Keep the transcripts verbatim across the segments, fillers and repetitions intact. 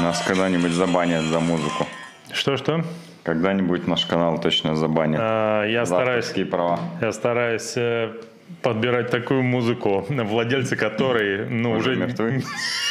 Нас когда-нибудь забанят за музыку. Что-что? Когда-нибудь наш канал точно забанят. А, я за стараюсь, авторские права. Я стараюсь э, подбирать такую музыку, владельцы которой, ну, уже... мертвы?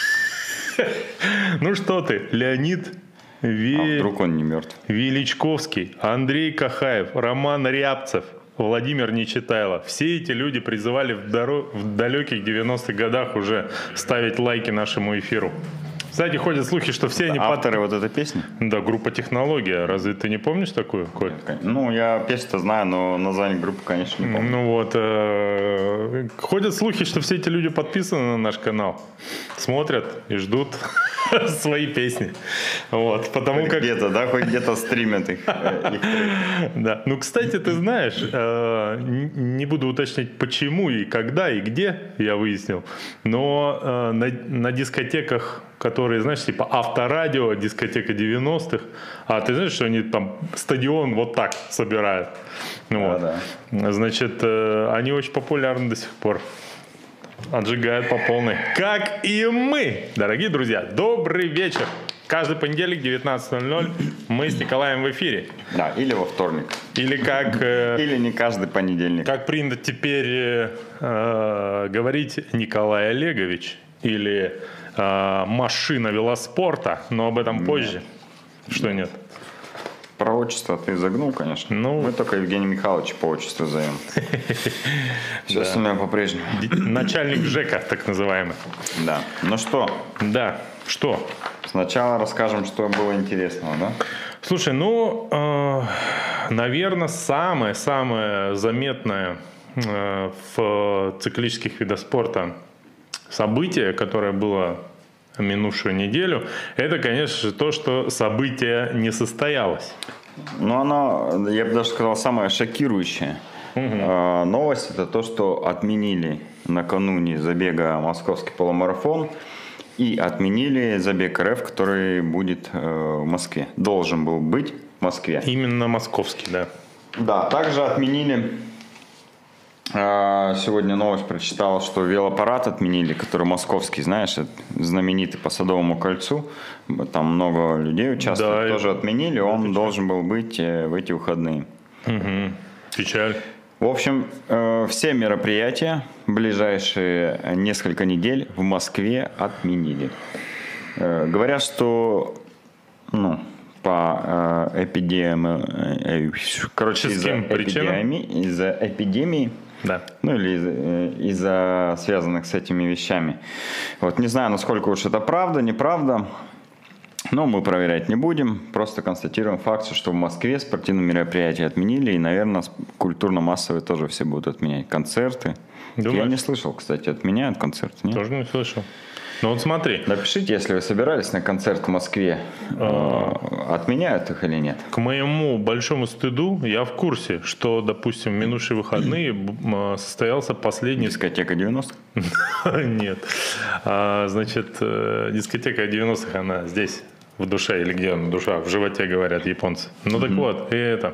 Ну что ты, Леонид Ве... А вдруг он не мертв? Величковский, Андрей Кахаев, Роман Рябцев, Владимир Нечитайло. Все эти люди призывали в, доро... в далеких девяностых годах уже ставить лайки нашему эфиру. Кстати, ходят слухи, что все они... Авторы под... вот этой песни? Да, группа «Технология». Разве ты не помнишь такую, Коль? Ну, я песню-то знаю, но название группы, конечно, не помню. Ну вот, э... ходят слухи, что все эти люди подписаны на наш канал, смотрят и ждут свои песни. Вот, потому хоть как... где-то, да, хоть где-то стримят их. Да. Ну, кстати, ты знаешь, не буду уточнять, почему и когда и где, я выяснил, но на, на дискотеках, которые, знаешь, типа Авторадио, дискотека девяностых, а ты знаешь, что они там стадион вот так собирают? Вот. Да, да. Значит, они очень популярны до сих пор. Отжигают по полной. Как и мы. Дорогие друзья, добрый вечер. Каждый понедельник, девятнадцать ноль ноль, мы с Николаем в эфире. Да, или во вторник. Или как... Э, или не каждый понедельник. Как принято теперь э, говорить Николай Олегович. Или э, машина велоспорта. Но об этом позже. Нет. Что нет? Про отчество ты загнул, конечно. Ну, мы только Евгения Михайловича по отчеству зовем. Все остальное по-прежнему. Начальник ЖЭКа, так называемый. Да. Ну что? Да. Что? Сначала расскажем, что было интересного, да? Слушай, ну, э, наверное, самое-самое заметное э, в циклических видах спорта событие, которое было минувшую неделю, это, конечно же, то, что событие не состоялось. Ну, оно, я бы даже сказал, самое шокирующее. Угу. Э, новость – это то, что отменили накануне забега московский полумарафон и отменили забег РФ, который будет э, в Москве. Должен был быть в Москве. Именно московский, да. Да, также отменили... Сегодня новость прочитал, что велопарад отменили, который московский, знаешь, знаменитый по Садовому кольцу. Там много людей участвует, да, тоже отменили. Он печаль. Должен был быть в эти выходные. Угу. Печаль. В общем, все мероприятия в ближайшие несколько недель в Москве отменили. Говорят, что ну, по эпидемии, короче, из-за эпидемии, из-за эпидемии, да. Ну или из- из-за связанных с этими вещами. Вот не знаю, насколько уж это правда, неправда. Но мы проверять не будем. Просто констатируем факт, что в Москве спортивные мероприятия отменили. И, наверное, культурно-массовые тоже все будут отменять. Концерты. Думаешь? Я не слышал, кстати, отменяют концерты. Нет? Тоже не слышал. Ну вот смотри. Напишите, если вы собирались на концерт в Москве, а... отменяют их или нет. К моему большому стыду я в курсе, что, допустим, в минувшие выходные состоялся последний... Дискотека девяностых? Нет. Значит, дискотека девяностых, она здесь, в душе, или где она, душа, в животе, говорят японцы. Ну так вот, и это...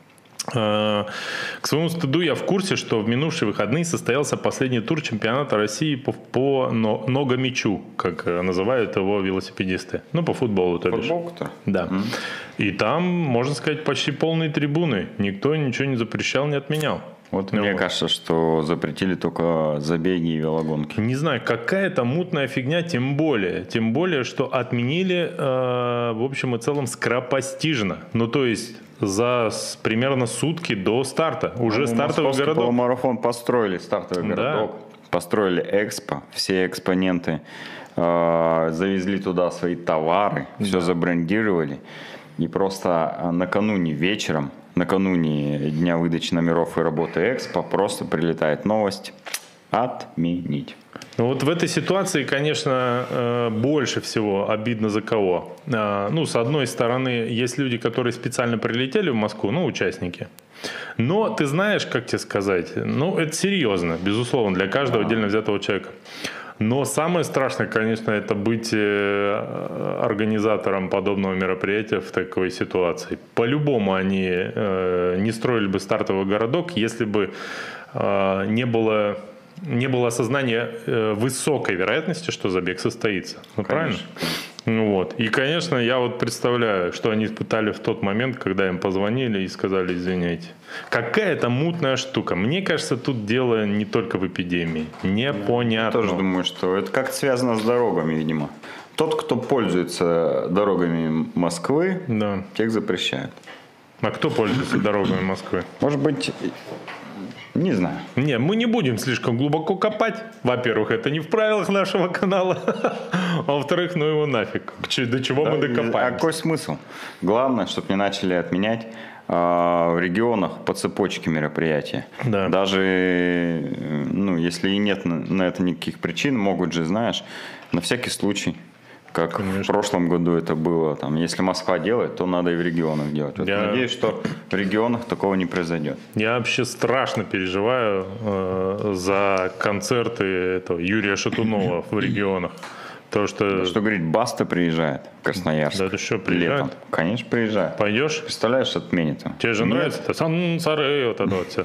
К своему стыду я в курсе, что в минувшие выходные состоялся последний тур чемпионата России по, по ногомячу, как называют его велосипедисты. Ну, по футболу, то бишь. Футбол-то? Да. Mm. И там, можно сказать, почти полные трибуны. Никто ничего не запрещал, не отменял. Вот мне вот. кажется, что запретили только забеги и велогонки. Не знаю, какая-то мутная фигня, тем более. Тем более, что отменили, э, в общем и целом, скоропостижно. Ну, то есть... за примерно сутки до старта. Уже ну, стартовый городок. Полумарафон построили, стартовый да. городок. Построили экспо. Все экспоненты э, завезли туда свои товары. Да. Все забрендировали. И просто накануне вечером, накануне дня выдачи номеров и работы экспо, просто прилетает новость отменить. Ну вот в этой ситуации, конечно, больше всего обидно за кого. Ну, с одной стороны, есть люди, которые специально прилетели в Москву, ну, участники. Но ты знаешь, как тебе сказать, ну, это серьезно, безусловно, для каждого отдельно взятого человека. Но самое страшное, конечно, это быть организатором подобного мероприятия в такой ситуации. По-любому они не строили бы стартовый городок, если бы не было... не было осознания э, высокой вероятности, что забег состоится. Ну, конечно, правильно? Конечно. Ну вот. И, конечно, я вот представляю, что они испытали в тот момент, когда им позвонили и сказали, извините. Какая-то мутная штука. Мне кажется, тут дело не только в эпидемии. Непонятно. Я тоже думаю, что это как-то связано с дорогами, видимо. Тот, кто пользуется дорогами Москвы, да. тех запрещают. А кто пользуется дорогами Москвы? Может быть... Не знаю. Не, мы не будем слишком глубоко копать. Во-первых, это не в правилах нашего канала. А во-вторых, ну его нафиг. До чего да, мы докопаемся? А какой смысл? Главное, чтобы не начали отменять э, в регионах по цепочке мероприятия. Да. Даже, ну, если и нет на, на это никаких причин, могут же, знаешь, на всякий случай. Как Конечно. В прошлом году это было. Там, если Москва делает, то надо и в регионах делать. Вот я надеюсь, что в регионах такого не произойдет. Я вообще страшно переживаю э, за концерты этого Юрия Шатунова в регионах. То, что... что говорит, Баста приезжает в Красноярск. Да это что, приезжает? Летом. Конечно, приезжает. Пойдешь? Представляешь, отменит он. Тебе же Нет. нравится это? Сансары, вот это вот все.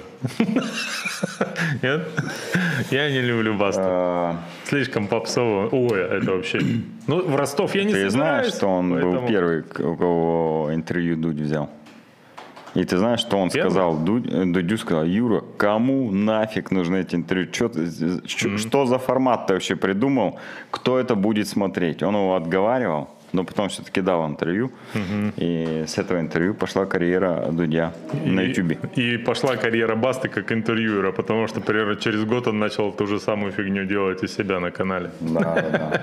Нет? Я не люблю Басту. Слишком попсово. Ой, это вообще... Ну, в Ростов я не собираюсь. Ты знаешь, что он был первый, у кого интервью Дудь взял? И ты знаешь, что он Первый? сказал? Дудь, Дудю сказал: Юра, кому нафиг нужны эти интервью? Что, mm-hmm. что за формат ты вообще придумал? Кто это будет смотреть? Он его отговаривал, но потом все-таки дал интервью. Mm-hmm. И с этого интервью пошла карьера Дудя и, на Ютубе. И пошла карьера Басты как интервьюера, потому что примерно через год он начал ту же самую фигню делать у себя на канале. Да, да.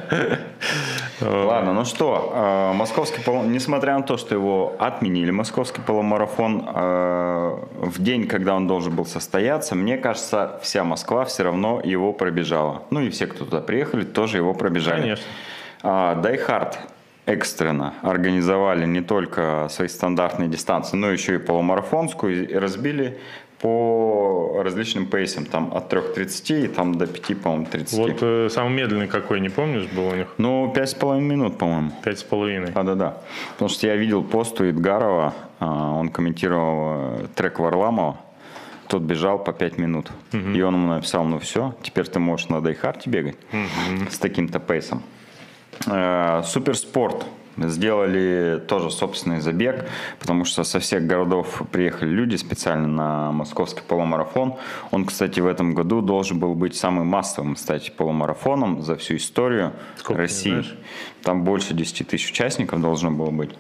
Ладно, ну что, московский полумарафон, несмотря на то, что его отменили, московский полумарафон, в день, когда он должен был состояться, мне кажется, вся Москва все равно его пробежала. Ну и все, кто туда приехали, тоже его пробежали. Конечно. Die Hard экстренно организовали не только свои стандартные дистанции, но еще и полумарафонскую, и разбили по различным пейсам, там от трёх тридцати и там до пяти, по-моему, тридцати. Вот э, самый медленный какой, не помнишь, был у них? Ну, пять с половиной минут, по-моему. Пять с половиной. Да-да-да. Потому что я видел пост у Эдгарова, он комментировал трек Варламова, тот бежал по пять минут. Угу. И он ему написал: ну все, теперь ты можешь на Die Hard бегать угу. с таким-то пейсом. Суперспорт. Сделали тоже собственный забег, потому что со всех городов приехали люди специально на московский полумарафон. Он, кстати, в этом году должен был быть самым массовым, кстати, полумарафоном за всю историю Сколько России. Там больше десяти тысяч участников должно было быть.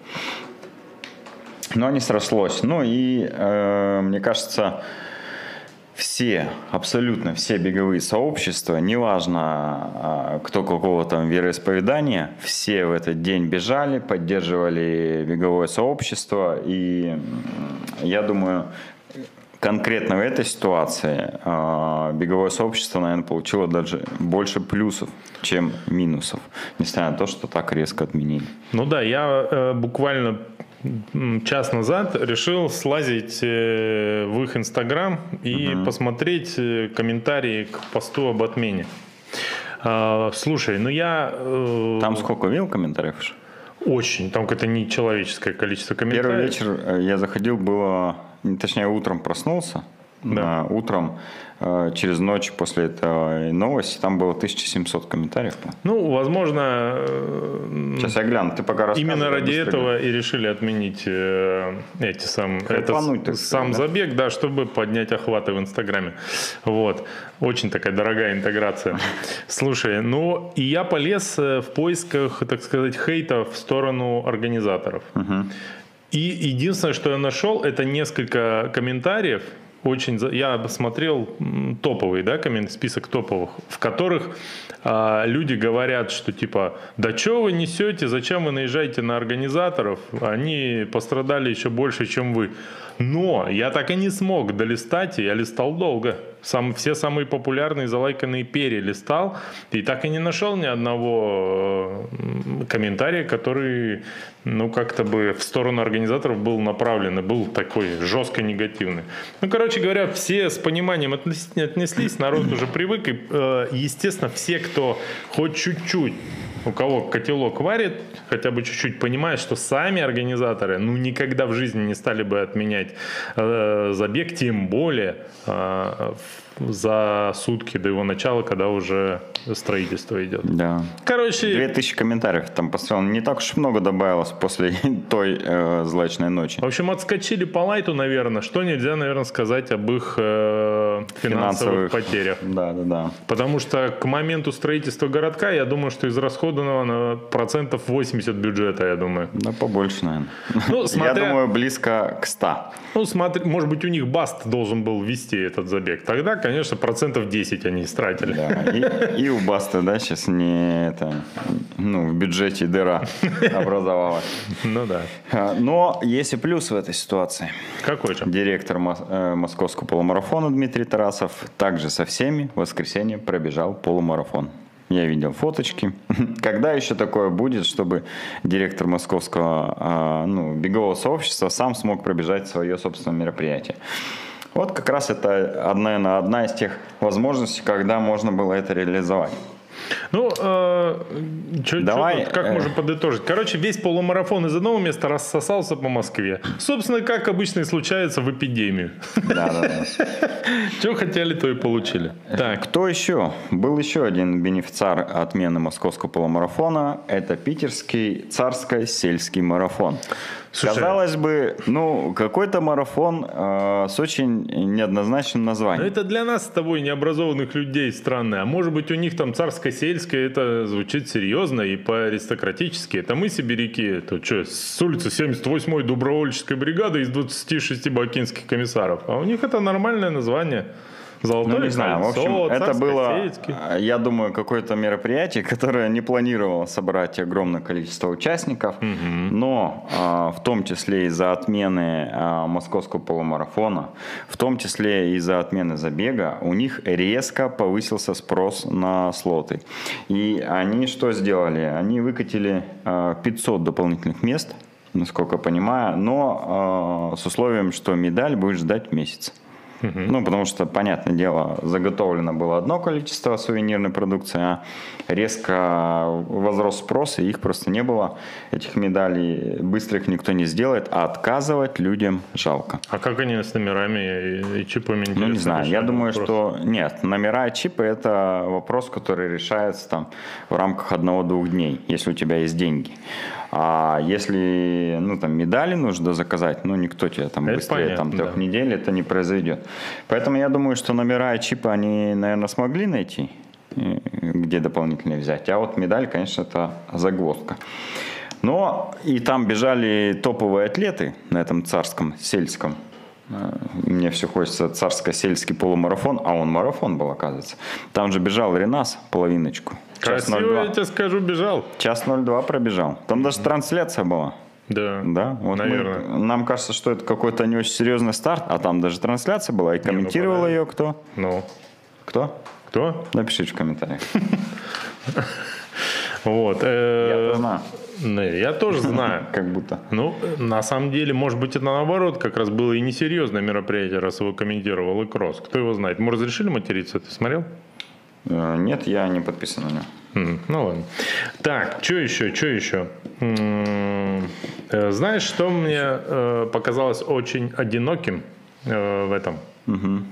Но не срослось. Ну и, э, мне кажется, все, абсолютно все беговые сообщества, неважно, кто какого там вероисповедания, все в этот день бежали, поддерживали беговое сообщество. И я думаю, конкретно в этой ситуации беговое сообщество, наверное, получило даже больше плюсов, чем минусов, несмотря на то, что так резко отменили. Ну да, я э, буквально... час назад решил слазить в их Инстаграм и угу. посмотреть комментарии к посту об отмене. Слушай, ну я... Там сколько видел комментариев? Очень. Там какое-то нечеловеческое количество комментариев. Первый вечер я заходил, было... Точнее, утром проснулся. Да. Утром, через ночь после этой новости, там было тысяча семьсот комментариев. Ну, возможно, сейчас я гляну, ты пока рассказывай. Именно ради этого и решили отменить эти сам, это, сам да? забег, да, чтобы поднять охваты в Инстаграме. Вот. Очень такая дорогая интеграция. Слушай, ну и я полез в поисках, так сказать, хейта в сторону организаторов. Угу. И единственное, что я нашел, это несколько комментариев. Очень, я смотрел топовый, да, коммент, список топовых, в которых а, люди говорят, что типа, да что вы несете, зачем вы наезжаете на организаторов, они пострадали еще больше, чем вы. Но я так и не смог долистать, и я листал долго. Сам, все самые популярные залайканные перелистал, и так и не нашел ни одного комментария, который, ну, как-то бы в сторону организаторов был направлен, и был такой жестко негативный. Ну, короче говоря, все с пониманием отнеслись, народ уже привык, и, естественно, все, кто хоть чуть-чуть у кого котелок варит, хотя бы чуть-чуть понимает, что сами организаторы, ну, никогда в жизни не стали бы отменять э, забег, тем более э, за сутки до его начала, когда уже строительство идет. Да. Короче... Две тысячи комментариев там поставил. Не так уж много добавилось после той э, злачной ночи. В общем, отскочили по лайту, наверное. Что нельзя, наверное, сказать об их э, финансовых, финансовых потерях. Да, да, да. Потому что к моменту строительства городка, я думаю, что израсходовано на процентов восемьдесят бюджета, я думаю. Да, побольше, наверное. Ну, смотря... Я думаю, близко к ста. Ну, смотри, может быть, у них Баст должен был вести этот забег. Тогда, конечно, процентов десять они истратили. Да, и, и у Баста, да, сейчас не это, ну, в бюджете дыра образовалась. Ну да. Но есть и плюс в этой ситуации. Какой же? Директор московского полумарафона Дмитрий Тарасов также со всеми в воскресенье пробежал полумарафон. Я видел фоточки. Когда еще такое будет, чтобы директор московского ну, бегового сообщества сам смог пробежать свое собственное мероприятие? Вот как раз это, наверное, одна из тех возможностей, когда можно было это реализовать. Ну, э, чё, Давай, чё, как э... можно подытожить? Короче, весь полумарафон из одного места рассосался по Москве. Собственно, как обычно и случается в эпидемию. Да, да, да. Что хотели, то и получили. Так. Кто еще? Был еще один бенефициар отмены московского полумарафона. Это питерский царско-сельский марафон. Слушай, казалось бы, ну, какой-то марафон э, с очень неоднозначным названием. Это для нас с тобой, необразованных людей, странно. А может быть, у них там царско-сельское, это звучит серьезно и по-аристократически. Это мы, сибиряки, это что, с улицы семьдесят восьмой добровольческой бригады из двадцати шести бакинских комиссаров. А у них это нормальное название. Золотое ну, не знаю. кольцо, в общем, это было, сельский. Я думаю, какое-то мероприятие, которое не планировало собрать огромное количество участников, угу. но а, в том числе из-за отмены а, московского полумарафона, в том числе из-за отмены забега, у них резко повысился спрос на слоты. И они что сделали? Они выкатили а, пятьсот дополнительных мест, насколько я понимаю, но а, с условием, что медаль будет ждать месяц. Ну, потому что, понятное дело, заготовлено было одно количество сувенирной продукции, а резко возрос спрос, и их просто не было. Этих медалей быстро их никто не сделает, а отказывать людям жалко. А как они с номерами и чипами? Ну, не знаю. Я думаю, вопрос. что нет. Номера и чипы – это вопрос, который решается там в рамках одного-двух дней, если у тебя есть деньги. А если, ну, там, медали нужно заказать, ну, никто тебе там это быстрее понятно, там, трех да. недель это не произойдет. Поэтому я думаю, что номера и чипы они, наверное, смогли найти, где дополнительно взять. А вот медаль, конечно, это загвоздка. Но и там бежали топовые атлеты на этом царском сельском. Мне все хочется царско-сельский полумарафон, а он марафон был, оказывается. Там же бежал Ренас половиночку. Красиво, я тебе скажу, бежал. Час ноль два пробежал. Там даже трансляция была. Да, да? Вот наверное. Мы, нам кажется, что это какой-то не очень серьезный старт, а там даже трансляция была, и комментировал ее кто? Ну. Кто? Кто? Напишите в комментариях. Вот. Я знаю. Я тоже знаю. Как будто. Ну, на самом деле, может быть, это наоборот как раз было и несерьезное мероприятие, раз его комментировал и Кросс. Кто его знает? Мы разрешили материться? Ты смотрел? Нет, я не подписан на него. Mm, ну ладно. Так, что еще, что еще? М-м- знаешь, что мне э, показалось очень одиноким э, в этом? Угу.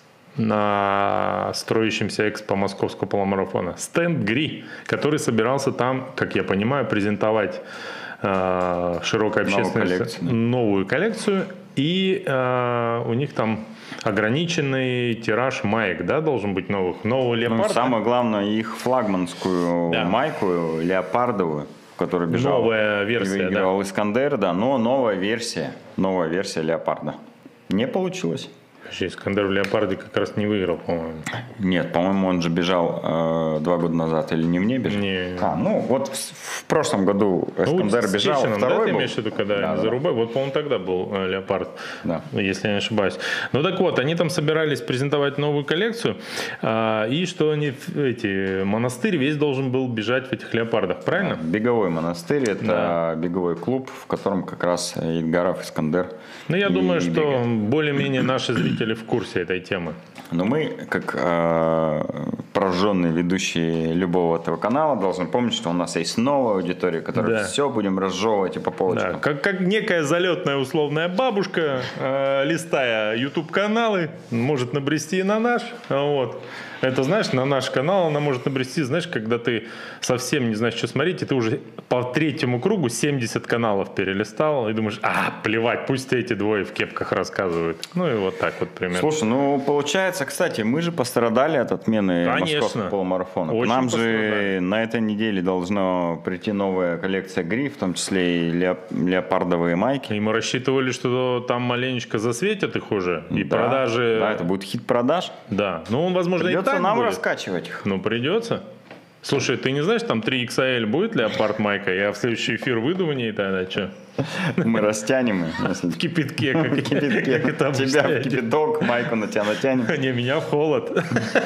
На строящемся экспо московского полумарафона. Стенд Гри, который собирался там, как я понимаю, презентовать э, широкой общественности новую коллекцию. И э, у них там ограниченный тираж маек, да, должен быть новых. Нового леопарда. Ну, самое главное, их флагманскую да. майку, леопардовую, которая бежала. Новая версия, выигрывал да. Искандер, да, но новая версия, новая версия леопарда. Не получилось. Искандер в леопарде как раз не выиграл, по-моему. Нет, по-моему, он же бежал э, два года назад или не в небе? Не. А, ну, вот в, в прошлом году Искандер ну, бежал, Чеченом, второй да, был. ты имеешь в виду, когда да, они да. зарубали? Вот, по-моему, тогда был э, леопард, да. если я не ошибаюсь. Ну, так вот, они там собирались презентовать новую коллекцию, э, и что они, эти, монастырь весь должен был бежать в этих леопардах, правильно? Да, беговой монастырь, это да. беговой клуб, в котором как раз Ильгаров, Искандер. Ну, я думаю, что бегает. Более-менее наши зрители в курсе этой темы. Но мы, как э, прожженные ведущие любого этого канала должны помнить, что у нас есть новая аудитория, которую Да. все будем разжевывать и по полочкам. Да, как, как некая залетная условная бабушка, э, листая YouTube-каналы, может набрести и на наш. Вот. Это, знаешь, на наш канал она может набрести, знаешь, когда ты совсем не знаешь, что смотреть, и ты уже по третьему кругу семьдесят каналов перелистал, и думаешь, а, плевать, пусть эти двое в кепках рассказывают. Ну и вот так вот примерно. Слушай, ну получается, кстати, мы же пострадали от отмены Конечно. московского полумарафона. Очень Нам пострадали. же на этой неделе должна прийти новая коллекция гри, в том числе и леоп- леопардовые майки. И мы рассчитывали, что там маленечко засветят их уже, и Да, продажи... Да, это будет хит продаж. Да, ну он, возможно, и Придется так нам будет. раскачивать их. Ну, придется. Слушай, ты не знаешь, там три икс эль будет леопард майка? Я в следующий эфир выйду в ней тогда, что? Мы растянем их. если- В кипятке, как, В кипятке. как это Тебя в обычно. кипяток, майку на тебя натянем. Не, меня в холод.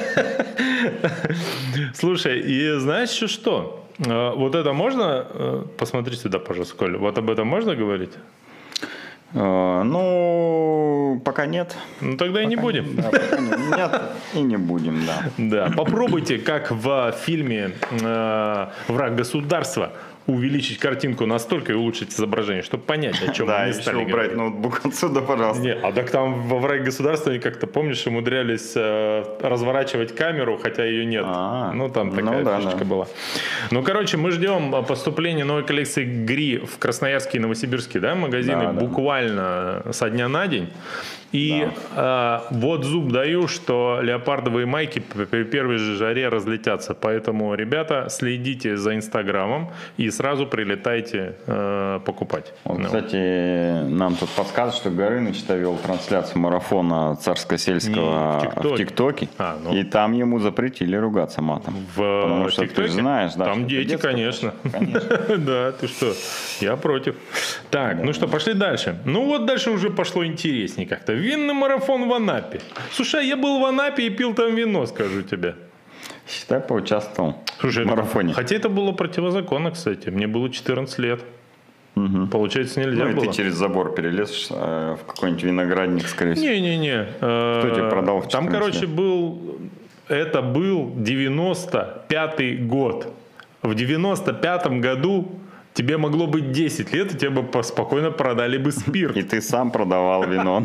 Слушай, и знаешь еще что? Э, Вот это можно... э, Посмотри сюда, пожалуйста, Коля. Вот об этом можно говорить? Э, Ну, пока нет. Ну, тогда и не будем. Да, пока нет. Нет, и не будем, да. Да, попробуйте, как в фильме э, «Враг государства», увеличить картинку настолько и улучшить изображение, чтобы понять, о чем Да, мы не еще стали убрать говорить. ноутбук отсюда, пожалуйста. Не, а так там во «Враге государства» они как-то, помнишь, умудрялись э, разворачивать камеру, хотя ее нет. А, ну, там ну такая да, фишечка да. была. Ну, короче, мы ждем поступления новой коллекции гри в Красноярске и Новосибирске, да, магазины, Да, да. буквально со дня на день. И э, вот зуб даю, что леопардовые майки при первой же жаре разлетятся. Поэтому, ребята, следите за Инстаграмом и сразу прилетайте э, покупать. Вот, Ну. кстати, нам тут подсказывают, что Горыныч-то вел трансляцию марафона царско-сельского Не, в ТикТоке. в ТикТоке. А, ну. И там ему запретили ругаться матом. В Потому что ТикТоке? ты же знаешь, да. Там что это дети, детская конечно. площадка. Да, ты что? Я против. Так, ну что, пошли дальше. Ну вот дальше уже пошло интереснее как-то. Винный марафон в Анапе. Слушай, я был в Анапе и пил там вино, скажу тебе. Считай, поучаствовал Слушай, в это- марафоне. хотя это было противозаконно, кстати. Мне было четырнадцать лет. Получается, нельзя Ну и было. ты через забор перелез э, в какой-нибудь виноградник, скорее всего. Не-не-не. Кто тебе продал в Там, четырнадцать короче, лет? был... Это был девяносто пятый год. В девяносто пятом году тебе могло быть десять лет, и тебе бы по- спокойно продали бы спирт. И ты сам продавал вино.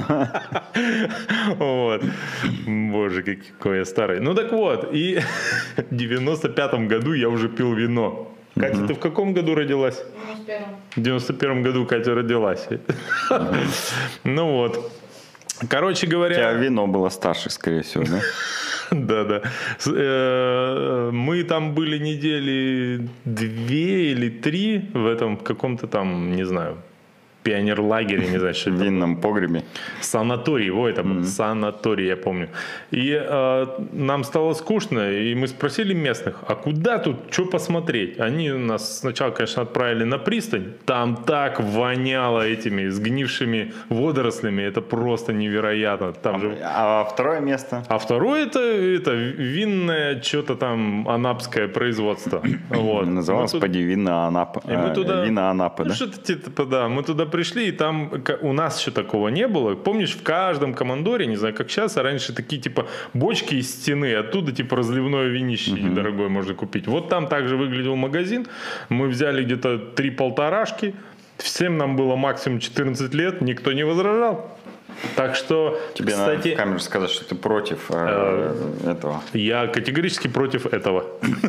Вот. Боже, какой я старый. Ну так вот, и в девяносто пятом году я уже пил вино. Катя, ты в каком году родилась? девяносто первом. В девяносто первом году Катя родилась. Ну вот. Короче У тебя говоря, вино было старше, скорее всего, да? да, да. С- э, Мы там были недели две или три в этом каком-то там, не знаю, пионерлагере, не знаю, что В это. винном погребе. Санаторий, во, это был санаторий, я помню. И э, нам стало скучно, и мы спросили местных, а куда тут, что посмотреть? Они нас сначала, конечно, отправили на пристань, там так воняло этими сгнившими водорослями, это просто невероятно. Там же... А второе место? А второе это, это винное что-то там анапское производство. Вот. Называлось Мы тут- «Поди вина Анапы». и мы туда... Вина Анапы, ну, да? что-то типа, да. Мы туда пришли, и там к- у нас еще такого не было. Помнишь, в каждом командоре, не знаю, как сейчас, а раньше такие типа бочки из стены, оттуда типа разливное винище дорогое можно купить. Вот там также выглядел магазин. Мы взяли где-то три полторашки. Всем нам было максимум четырнадцать лет, никто не возражал. Так что, Тебе надо кстати, в камеру сказать, что ты против э, этого. я категорически против этого.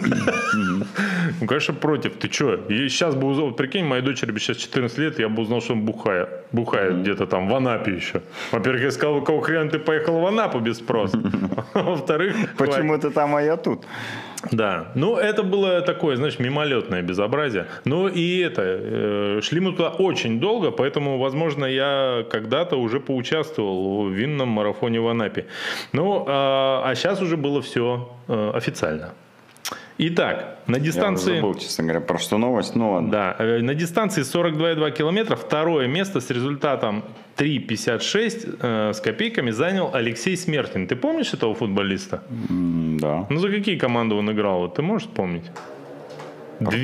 Ну, конечно, против. Ты что? И сейчас бы узнал, прикинь, моей дочери бы сейчас четырнадцать лет, я бы узнал, что он бухает. Бухает где-то там в Анапе еще. Во-первых, я сказал, у кого хрен ты поехал в Анапу без спроса. Во-вторых, Почему ты там, а я тут? да, ну это было такое, знаешь, мимолетное безобразие. Ну и это, э, шли мы туда очень долго, поэтому, возможно, я когда-то уже поучаствовал в винном марафоне в Анапе. Ну, а, а сейчас уже было все э, официально. Итак, на Я уже дистанции... забыл, честно говоря, про что новость, ну ладно. Да, э, на дистанции сорок два и два километра второе место с результатом три пятьдесят шесть э, с копейками занял Алексей Смертин. Ты помнишь этого футболиста? М, Да. Ну, за какие команды он играл? Вот ты можешь вспомнить? Спартак?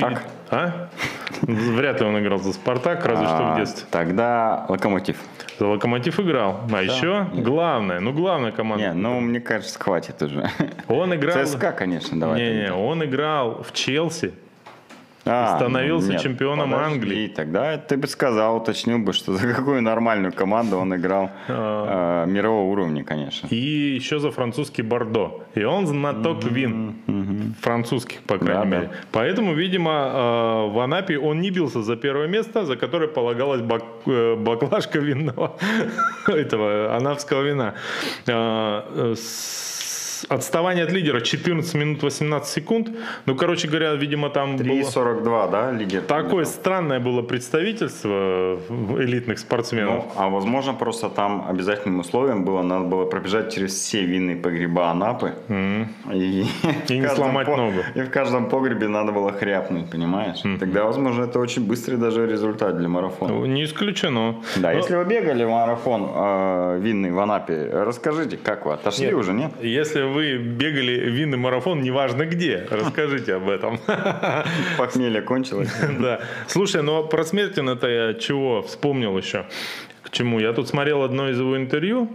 А? Вряд ли он играл за «Спартак», разве а, что в детстве. Тогда «Локомотив». За «Локомотив» играл. А да. еще Нет. главное, ну главная команда. Не, ну мне кажется, хватит уже. Он играл... ЦСКА, конечно, давай. Не-не, он играл в «Челси». А, становился нет, чемпионом подожди, Англии. Тогда ты бы сказал, уточнил бы, что за какую нормальную команду он играл а, э, мирового уровня, конечно. И еще за французский Бордо. И он знаток mm-hmm. вин. Mm-hmm. Французских, по крайней да, мере. Да. Поэтому, видимо, э, в Анапе он не бился за первое место, за которое полагалась бак, э, баклажка винного этого анапского вина. Э, с, Отставание от лидера четырнадцать минут восемнадцать секунд. Ну, короче говоря, видимо, там три сорок два, да, лидер? Такое странное было представительство элитных спортсменов. Ну, а возможно, просто там обязательным условием было, надо было пробежать через все винные погреба Анапы. Mm. И, и не сломать по... ногу. И в каждом погребе надо было хряпнуть, понимаешь? Mm-hmm. Тогда, возможно, это очень быстрый даже результат для марафона. Не исключено. Да, Но... если вы бегали в марафон э, винный в Анапе, расскажите, как вы отошли нет, уже, нет? Если вы бегали винный марафон, неважно где, расскажите об этом. Похмелье кончилось. Да. Слушай, ну про Смертина-то я чего вспомнил еще? К чему? Я тут смотрел одно из его интервью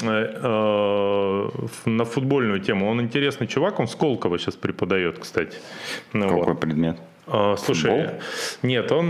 на футбольную тему. Он интересный чувак, он в Сколково сейчас преподает, кстати. Какой вот. предмет? Слушай, Футбол? Нет, он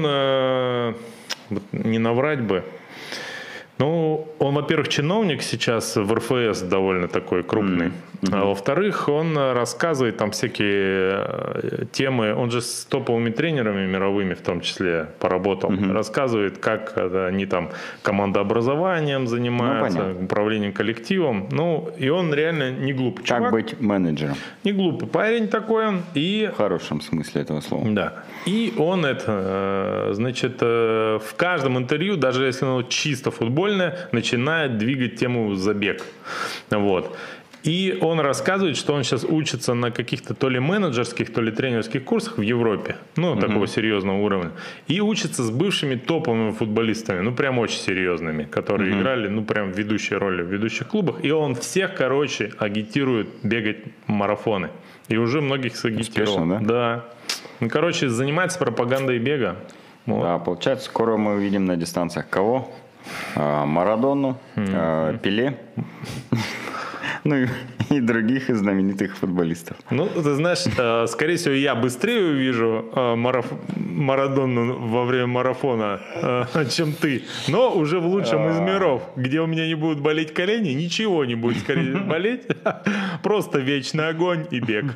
не наврать бы. Ну, он, во-первых, чиновник сейчас в эр эф эс довольно такой крупный. Mm-hmm. А во-вторых, он рассказывает там всякие темы. Он же с топовыми тренерами мировыми в том числе поработал. Mm-hmm. Рассказывает, как они там командообразованием занимаются, ну, управлением коллективом. Ну, и он реально не глупый чувак. Как быть менеджером. Не глупый парень такой он. И... В хорошем смысле этого слова. Да. И он это, значит, в каждом интервью, даже если оно чисто футбольное, начинает двигать тему забег. Вот. И он рассказывает, что он сейчас учится на каких-то то ли менеджерских, то ли тренерских курсах в Европе. Ну, uh-huh. такого серьезного уровня. И учится с бывшими топовыми футболистами. Ну, прям очень серьезными. Которые uh-huh. играли, ну, прям ведущие роли в ведущих клубах. И он всех, короче, агитирует бегать марафоны. И уже многих сагитировал. Успешно, да? Да. Ну, короче, занимается пропагандой бега. Вот. Да, получается, скоро мы увидим на дистанциях кого? Марадону, mm-hmm. Пеле, ну и, и других знаменитых футболистов. Ну, ты знаешь, скорее всего, я быстрее увижу мараф... Марадону во время марафона, чем ты. Но уже в лучшем из миров, где у меня не будут болеть колени, ничего не будет скорее болеть. Просто вечный огонь и бег.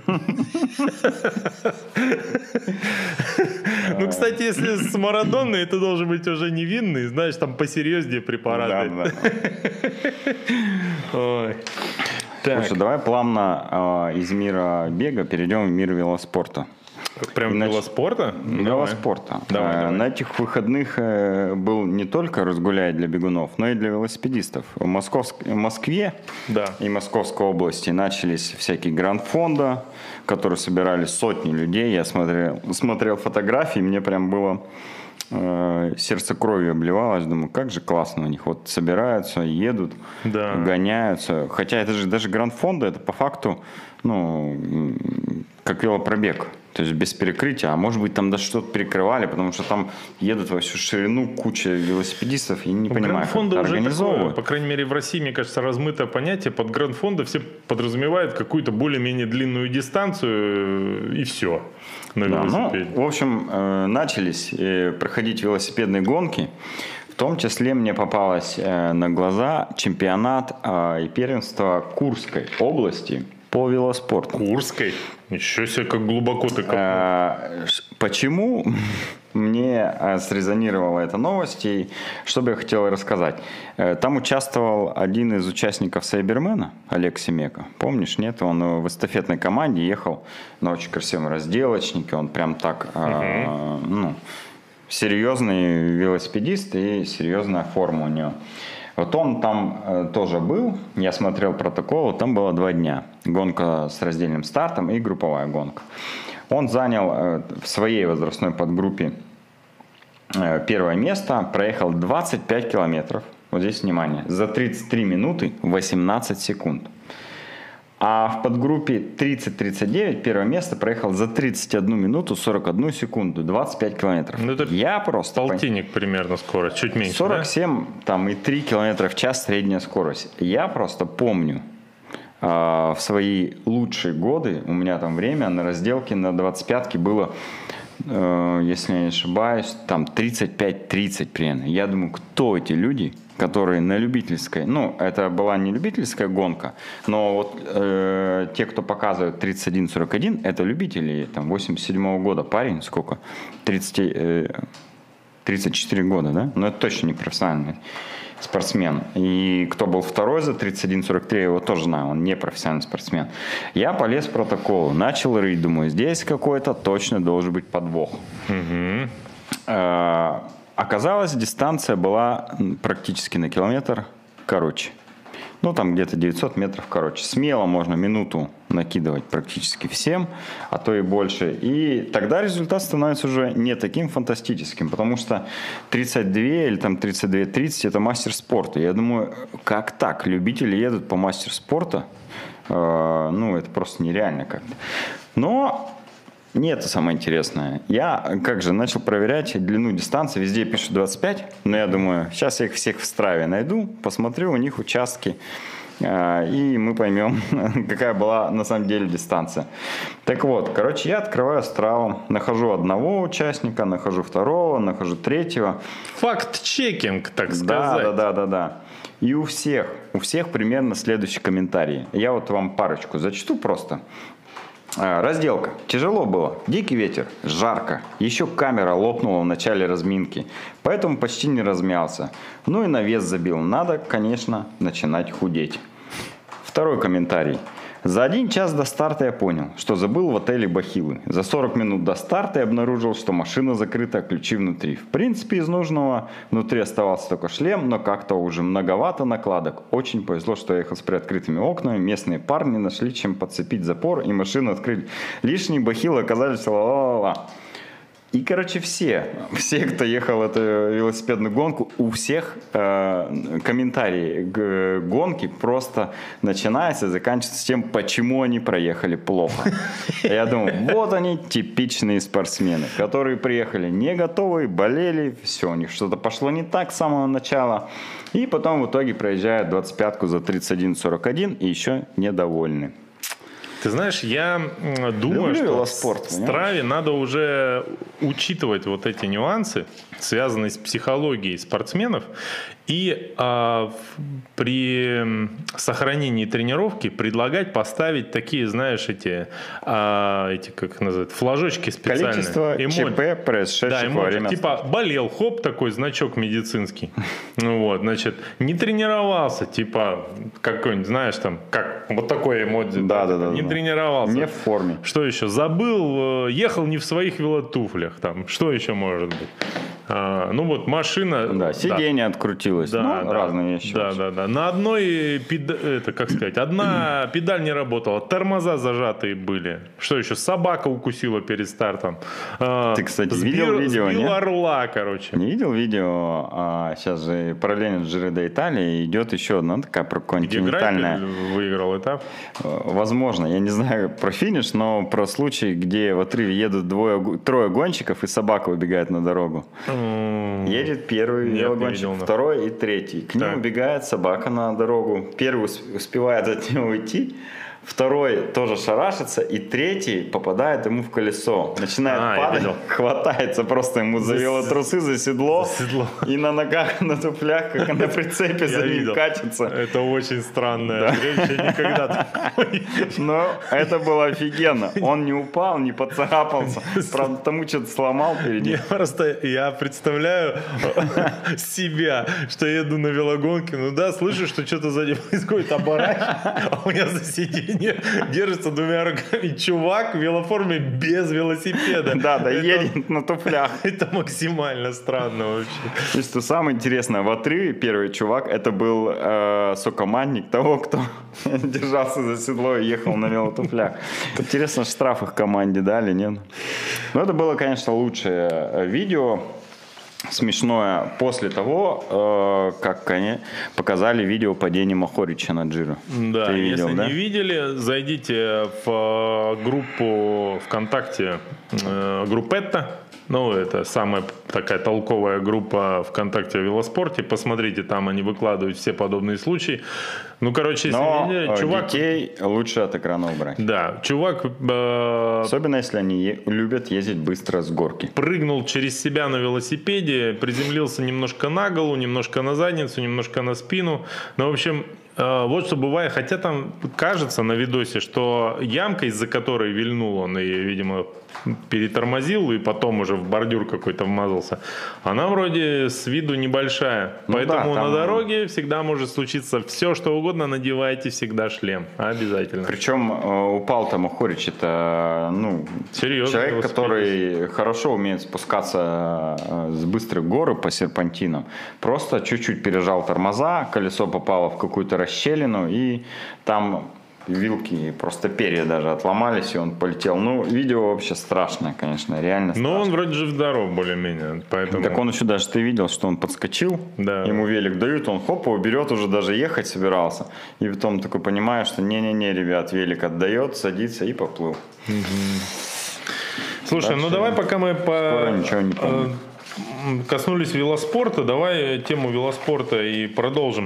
Ну, кстати, если с Марадоной, ты должен быть уже невинный, знаешь, там посерьезнее препараты. Да, да. Ой. Так. Слушай, давай плавно э, из мира бега перейдем в мир велоспорта. Прям Иначе... велоспорта? Велоспорта. Давай, э, давай. На этих выходных э, был не только разгуляй для бегунов, но и для велосипедистов. В, Московск... в Москве да. и Московской области начались всякие гранд-фонда, которые собирали сотни людей. Я смотрел, смотрел фотографии, мне прям было... сердце кровью обливалось, думаю, как же классно у них, вот собираются, едут, да. гоняются, хотя это же даже гранд-фонды, это по факту, ну, как велопробег, то есть без перекрытия, а может быть там даже что-то перекрывали, потому что там едут во всю ширину куча велосипедистов, и не ну, понимаю, как это организовывают. По крайней мере в России, мне кажется, размытое понятие, под гранд-фонды все подразумевают какую-то более-менее длинную дистанцию и все. На да, ну, в общем, э, начались э, проходить велосипедные гонки. В том числе мне попалось э, на глаза чемпионат э, и первенство Курской области по велоспорту. Курской? Ничего себе, как глубоко ты копнул. Э, почему мне срезонировала эта новость и что бы я хотел рассказать? Там участвовал один из участников Сайбермена, Олег Семека. Помнишь, нет? Он в эстафетной команде ехал на очень красивом разделочнике. Он прям так, uh-huh. э, ну, серьезный велосипедист и серьезная форма у него. Вот он там э, тоже был, я смотрел протокол, там было два дня. Гонка с раздельным стартом и групповая гонка. Он занял э, в своей возрастной подгруппе э, первое место, проехал двадцать пять километров. Вот здесь внимание, за тридцать три минуты восемнадцать секунд. А в подгруппе тридцать тридцать девять первое место проехал за тридцать одну минуту сорок одну секунду, двадцать пять километров. Ну, это я просто... полтинник примерно скорость, чуть меньше, сорок семь, да? Там и три километра в час средняя скорость. Я просто помню, э, в свои лучшие годы, у меня там время на разделке на двадцать пятке было, э, если я не ошибаюсь, там тридцать пять тридцать примерно. Я думаю, кто эти люди, которые на любительской, ну, это была не любительская гонка, но вот э, те, кто показывает тридцать один сорок один, это любители, там, восемьдесят седьмого года парень, сколько? тридцать, э, тридцать четыре года, да? Но это точно не профессиональный спортсмен. И кто был второй за тридцать один сорок три, я его тоже знаю, он не профессиональный спортсмен. Я полез в протокол, начал рыть, думаю, здесь какой-то точно должен быть подвох. Угу. Э, Оказалось, дистанция была практически на километр короче. Ну, там где-то девятьсот метров короче. Смело можно минуту накидывать практически всем, а то и больше. И тогда результат становится уже не таким фантастическим, потому что тридцать два или там тридцать два тридцать это мастер спорта. Я думаю, как так? Любители едут по мастер спорта? Э, ну, это просто нереально как-то. Но... Не это самое интересное. Я, как же, начал проверять длину дистанции. Везде пишут двадцать пять, но я думаю, сейчас я их всех в Страве найду, посмотрю у них участки, и мы поймем, какая была на самом деле дистанция. Так вот, короче, я открываю Страву, нахожу одного участника, нахожу второго, нахожу третьего. Факт-чекинг, так сказать. Да, да, да, да, да. И у всех, у всех примерно следующий комментарий. Я вот вам парочку зачту просто. Разделка. Тяжело было. Дикий ветер. Жарко. Еще камера лопнула в начале разминки. Поэтому почти не размялся. Ну и на вес забил. Надо, конечно, начинать худеть. Второй комментарий. За один час до старта я понял, что забыл в отеле бахилы. За сорок минут до старта я обнаружил, что машина закрыта, а ключи внутри. В принципе, из нужного внутри оставался только шлем, но как-то уже многовато накладок. Очень повезло, что я ехал с приоткрытыми окнами. Местные парни нашли, чем подцепить запор, и машину открыли. Лишние бахилы оказались ла-ла-ла-ла. И, короче, все, все, кто ехал в эту велосипедную гонку, у всех э, комментарии к гонке просто начинаются и заканчиваются тем, почему они проехали плохо. Я думаю, вот они, типичные спортсмены, которые приехали не готовые, болели, все, у них что-то пошло не так с самого начала, и потом в итоге проезжают двадцать пятку за тридцать один сорок один и еще недовольны. Ты знаешь, я думаю, Люблю что в Страве надо уже учитывать вот эти нюансы, связанные с психологией спортсменов, и а, при сохранении тренировки предлагать поставить такие, знаешь, эти, а, эти как называют, флажочки специальные. Количество ЧП, происшедших во время. Типа болел, хоп, такой значок медицинский. Ну вот, значит, не тренировался, типа какой-нибудь, знаешь, там, как вот такой эмодзи. Да, да, да. Не да. тренировался. Не в форме. Что еще? Забыл, ехал не в своих велотуфлях. Там. Что еще может быть? А, ну вот машина. Да, сиденье да. открутилось. Да, ну, да, разные вещи. Да, да, да. На одной педа... это как сказать, одна педаль не работала, тормоза зажатые были. Что еще? Собака укусила перед стартом. А, Ты, кстати, сбил, видел видео? Сбил нет? орла, короче. Не видел видео? А, сейчас же параллельно с Джиро де Италии идет еще одна такая континентальная. Где Грайпель выиграл этап? Возможно, я не знаю про финиш, но про случай, где в отрыве едут двое, трое гонщиков и собака убегает на дорогу. Едет первый велогонщик, второй и третий. К ним так. убегает собака на дорогу. Первый успевает от него уйти, второй тоже шарашится, и третий попадает ему в колесо. Начинает а, падать, хватается просто ему за велотрусы, за седло, за седло. И на ногах, на туфлях, как на прицепе за ним катится. Это очень странное зрелище, я никогда такое. Но это было офигенно. Он не упал, не поцарапался, правда, тому что-то сломал впереди. Я просто, я представляю себя, что я еду на велогонке, ну да, слышу, что что-то сзади происходит, оборачиваюсь, а у меня за сиденьем держится двумя руками чувак в велоформе без велосипеда. Да, да, это, едет на туфлях. Это максимально странно вообще. То есть, что самое интересное, в отрыве первый чувак, это был э, сокомандник того, кто держался за седло и ехал на велотуфлях. Интересно, штраф их команде дали, нет? Ну, это было, конечно, лучшее видео. смешное после того, э, как они показали видео падения Мохорича на Джиро. Да, Ты видел, если да? не видели, зайдите в группу ВКонтакте э, Группетта. Ну, это самая такая толковая группа ВКонтакте о велоспорте. Посмотрите, там они выкладывают все подобные случаи. Ну, короче, если Но не видели, чувак... детей лучше от экрана убрать. Да, чувак... Э... Особенно, если они е- любят ездить быстро с горки. Прыгнул через себя на велосипеде, приземлился немножко на голову, немножко на задницу, немножко на спину. Ну, в общем... Вот что бывает, хотя там кажется на видосе, что ямка, из-за которой вильнул он и, видимо, перетормозил и потом уже в бордюр какой-то вмазался, она вроде с виду небольшая. Ну поэтому да, там... на дороге всегда может случиться все, что угодно, надевайте всегда шлем. Обязательно. Причем упал там Мохорич, это ну, серьезно, человек, который хорошо умеет спускаться с быстрых гор по серпантинам. Просто чуть-чуть пережал тормоза, колесо попало в какую-то расщелину, и там вилки, просто перья даже отломались, и он полетел. Ну, видео вообще страшное, конечно, реально страшное. Но он вроде жив-здоров более-менее, поэтому... Так он еще даже, ты видел, что он подскочил, да. Ему велик дают, он хоп, его берет, уже даже ехать собирался. И потом такой понимаешь, что не-не-не, ребят, велик отдает, садится и поплыл. Угу. Слушай, дальше, ну давай пока мы по... ничего не помню. Коснулись велоспорта, давай тему велоспорта и продолжим.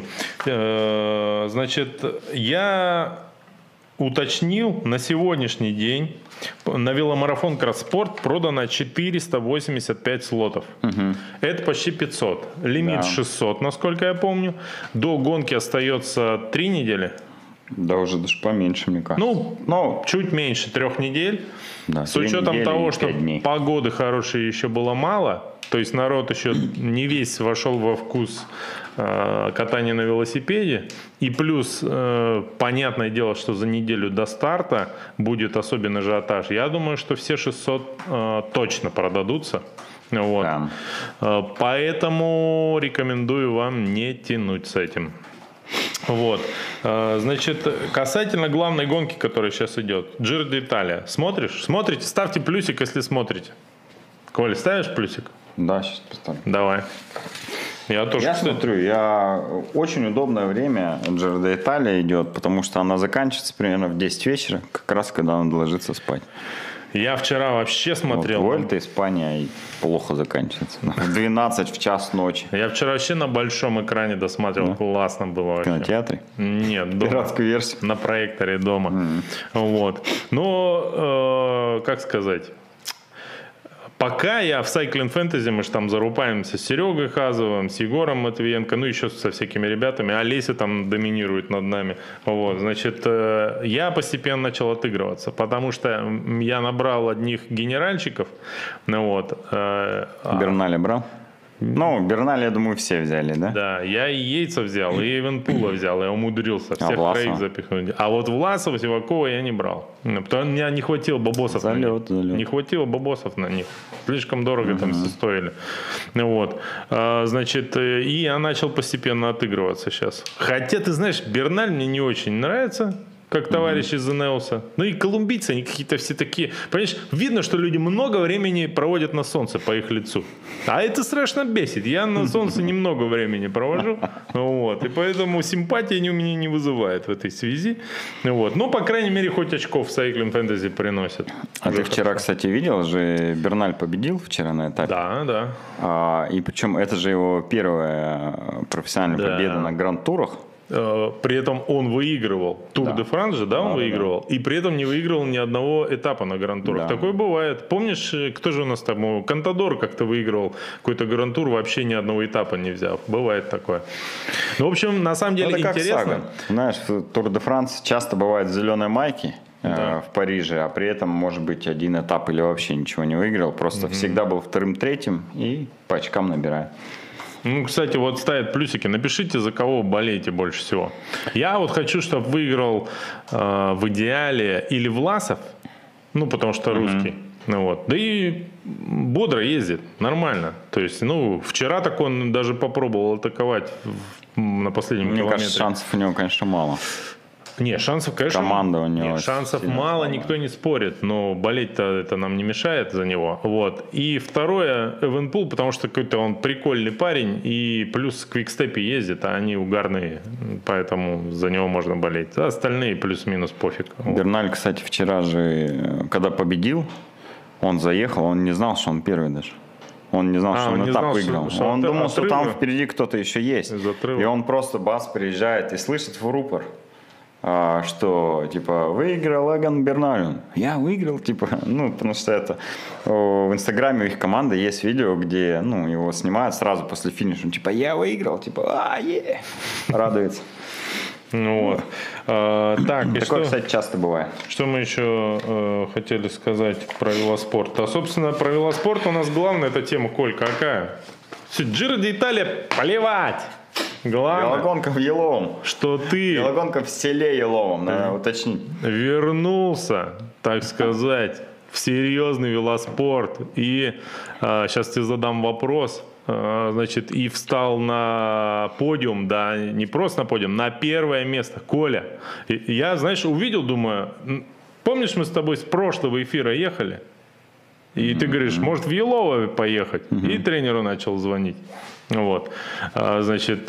Значит, я уточнил, на сегодняшний день на веломарафон Кросспорт продано четыреста восемьдесят пять слотов. Угу. Это почти пятьсот. Лимит да. шестьсот, насколько я помню. До гонки остается три недели. Да уже даже поменьше, мне кажется. Ну, ну чуть меньше трех недель. Да, с учетом того, что дней. Погоды хорошей еще было мало. То есть народ еще не весь вошел во вкус э, катания на велосипеде. И плюс, э, понятное дело, что за неделю до старта будет особенный ажиотаж. Я думаю, что все шестьсот э, точно продадутся. Вот. Да. Э, поэтому рекомендую вам не тянуть с этим. Вот. Значит, касательно главной гонки, которая сейчас идет. Джиро д'Италия. Смотришь? Смотрите? Ставьте плюсик, если смотрите. Коля, ставишь плюсик? Да, сейчас поставлю. Давай. Я тоже. Я смотрю, я... очень удобное время Джиро д'Италия идет, потому что она заканчивается примерно в десять вечера, как раз когда надо ложиться спать. Я вчера вообще смотрел. Вот Вольта, Испания плохо заканчивается. В двенадцать в час ночи. Я вчера вообще на большом экране досматривал. Да? Классно было вообще. В кинотеатре? Нет, дома. Пиратскую версию? На проекторе дома. Mm-hmm. Вот. Но, э, как сказать... Пока я в Cycling Fantasy, мы же там зарупаемся с Серегой Хазовым, с Егором Матвиенко, ну еще со всякими ребятами. Олеся там доминирует над нами. Вот, значит, я постепенно начал отыгрываться, потому что я набрал одних генеральщиков. Ну, вот. Бернале брал? Ну, Бернале, я думаю, все взяли, да? Да, я и Яйца взял, и Эвенпула взял, я умудрился всех а троих запихнуть. А вот Власова, Сивакова я не брал. Потому что мне не хватило бабосов залет, на них. Залет. Не хватило бабосов на них. Слишком дорого uh-huh. там все стоили. Вот. А, значит, и я начал постепенно отыгрываться сейчас. Хотя, ты знаешь, Берналь мне не очень нравится. Как товарищ mm-hmm. из Энеуса. Ну и колумбийцы, они какие-то все такие... Понимаешь, видно, что люди много времени проводят на солнце по их лицу. А это страшно бесит. Я на солнце немного времени провожу. Вот. И поэтому симпатии они у меня не вызывают в этой связи. Вот. Но, по крайней мере, хоть очков в Cycling Fantasy приносят. А ты вчера, хорошо. Кстати, видел же, Берналь победил вчера на этапе? Да, да. А, и причем это же его первая профессиональная да. победа на гранд-турах. При этом он выигрывал Тур да. де Франс же, да, он да, выигрывал, да. И при этом не выигрывал ни одного этапа на гранд-турах. Да. Такое бывает. Помнишь, кто же у нас там, Контадор как-то выигрывал какой-то гранд-тур, вообще ни одного этапа не взяв. Бывает такое. Ну, в общем, на самом деле это интересно. Как Саган. Знаешь, в Тур де Франс часто бывают зеленые майки. Да. В Париже, а при этом, может быть, один этап или вообще ничего не выиграл. Просто mm-hmm. всегда был вторым-третьим и по очкам набирает. Ну, кстати, вот ставят плюсики. Напишите, за кого болеете больше всего. Я вот хочу, чтобы выиграл э, в идеале или Власов, ну, потому что русский. Mm-hmm. Ну, вот. Да и бодро ездит, нормально. То есть, ну, вчера так он даже попробовал атаковать в, на последнем Мне километре. Мне кажется, шансов у него, конечно, мало. Не, шансов, конечно, команда у него. Нет, шансов мало, слабая. Никто не спорит, но болеть-то это нам не мешает за него. Вот. И второе, Эвенпул, потому что какой-то он прикольный парень, и плюс в квикстепе ездит, а они угарные, поэтому за него можно болеть. А остальные плюс-минус пофиг. Берналь, кстати, вчера же, когда победил, он заехал, он не знал, что он первый даже. Он не знал, а, что он, он этап знал, выиграл. Что, что он думал, отрывы? Что там впереди кто-то еще есть. И он просто бас приезжает и слышит в рупор, а, что типа выиграл Эгон Берналь. Я выиграл, типа, ну, потому что это в инстаграме у их команды есть видео, где ну, его снимают сразу после финиша. Типа, я выиграл, типа, а, е, радуется. Ну вот. А, так, Такое, что, кстати, часто бывает. Что мы еще э, хотели сказать про велоспорт? А, собственно, про велоспорт у нас главная эта тема, Коль, какая? Джиро д'Италия поливать! Главное, велогонка в Еловом. Что ты... Велогонка в селе Еловом, надо уточнить. Вернулся, так сказать, в серьезный велоспорт. И э, сейчас тебе задам вопрос. Значит, и встал на подиум, да, не просто на подиум, на первое место. Коля, я, знаешь, увидел, думаю, помнишь, мы с тобой с прошлого эфира ехали? И mm-hmm. ты говоришь, может, в Елово поехать? Mm-hmm. И тренеру начал звонить. Вот. Значит,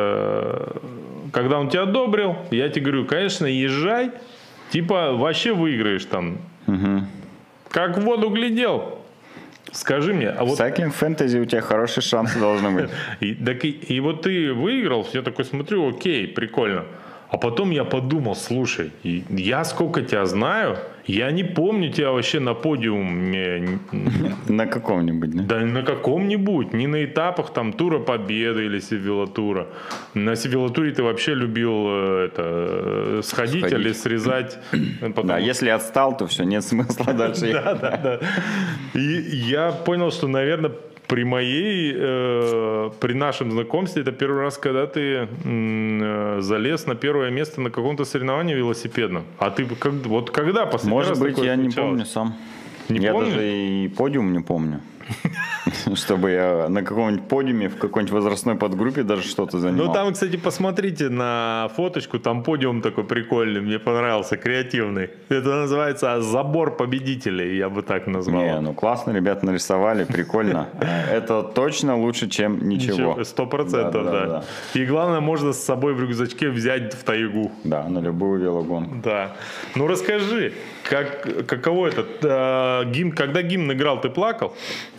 когда он тебя одобрил, я тебе говорю, конечно, езжай, типа, вообще выиграешь там. Mm-hmm. Как в воду глядел. Скажи мне, а в вот... Cycling Fantasy у тебя хорошие шансы должны быть. и, так, и, и вот ты выиграл, я такой смотрю, окей, прикольно. А потом я подумал, слушай, я сколько тебя знаю, я не помню тебя вообще на подиуме. На каком-нибудь, да? Да на каком-нибудь, не на этапах там Тура Победы или Севилатура. На Севилатуре ты вообще любил это, сходить, сходить. Или срезать. Потом... Да, если отстал, то все, нет смысла дальше ехать. Да, да, да. И я понял, что, наверное, при моей, э, при нашем знакомстве, это первый раз, когда ты э, залез на первое место на каком-то соревновании велосипедном. А ты как, вот когда последний Может раз быть, я случалось? не помню сам. Не я помнишь? даже и подиум не помню. Чтобы я на каком-нибудь подиуме, в какой-нибудь возрастной подгруппе даже что-то занимал. Ну там, кстати, посмотрите на фоточку, там подиум такой прикольный, мне понравился, креативный. Это называется «Забор победителей», я бы так назвал. Не, ну классно ребята нарисовали, прикольно. Это точно лучше, чем ничего. Сто процентов, да. И главное, можно с собой в рюкзачке взять в тайгу. Да, на любую велогонку. Да. Ну расскажи, как, каково это? А, гимн, когда гимн играл, ты плакал?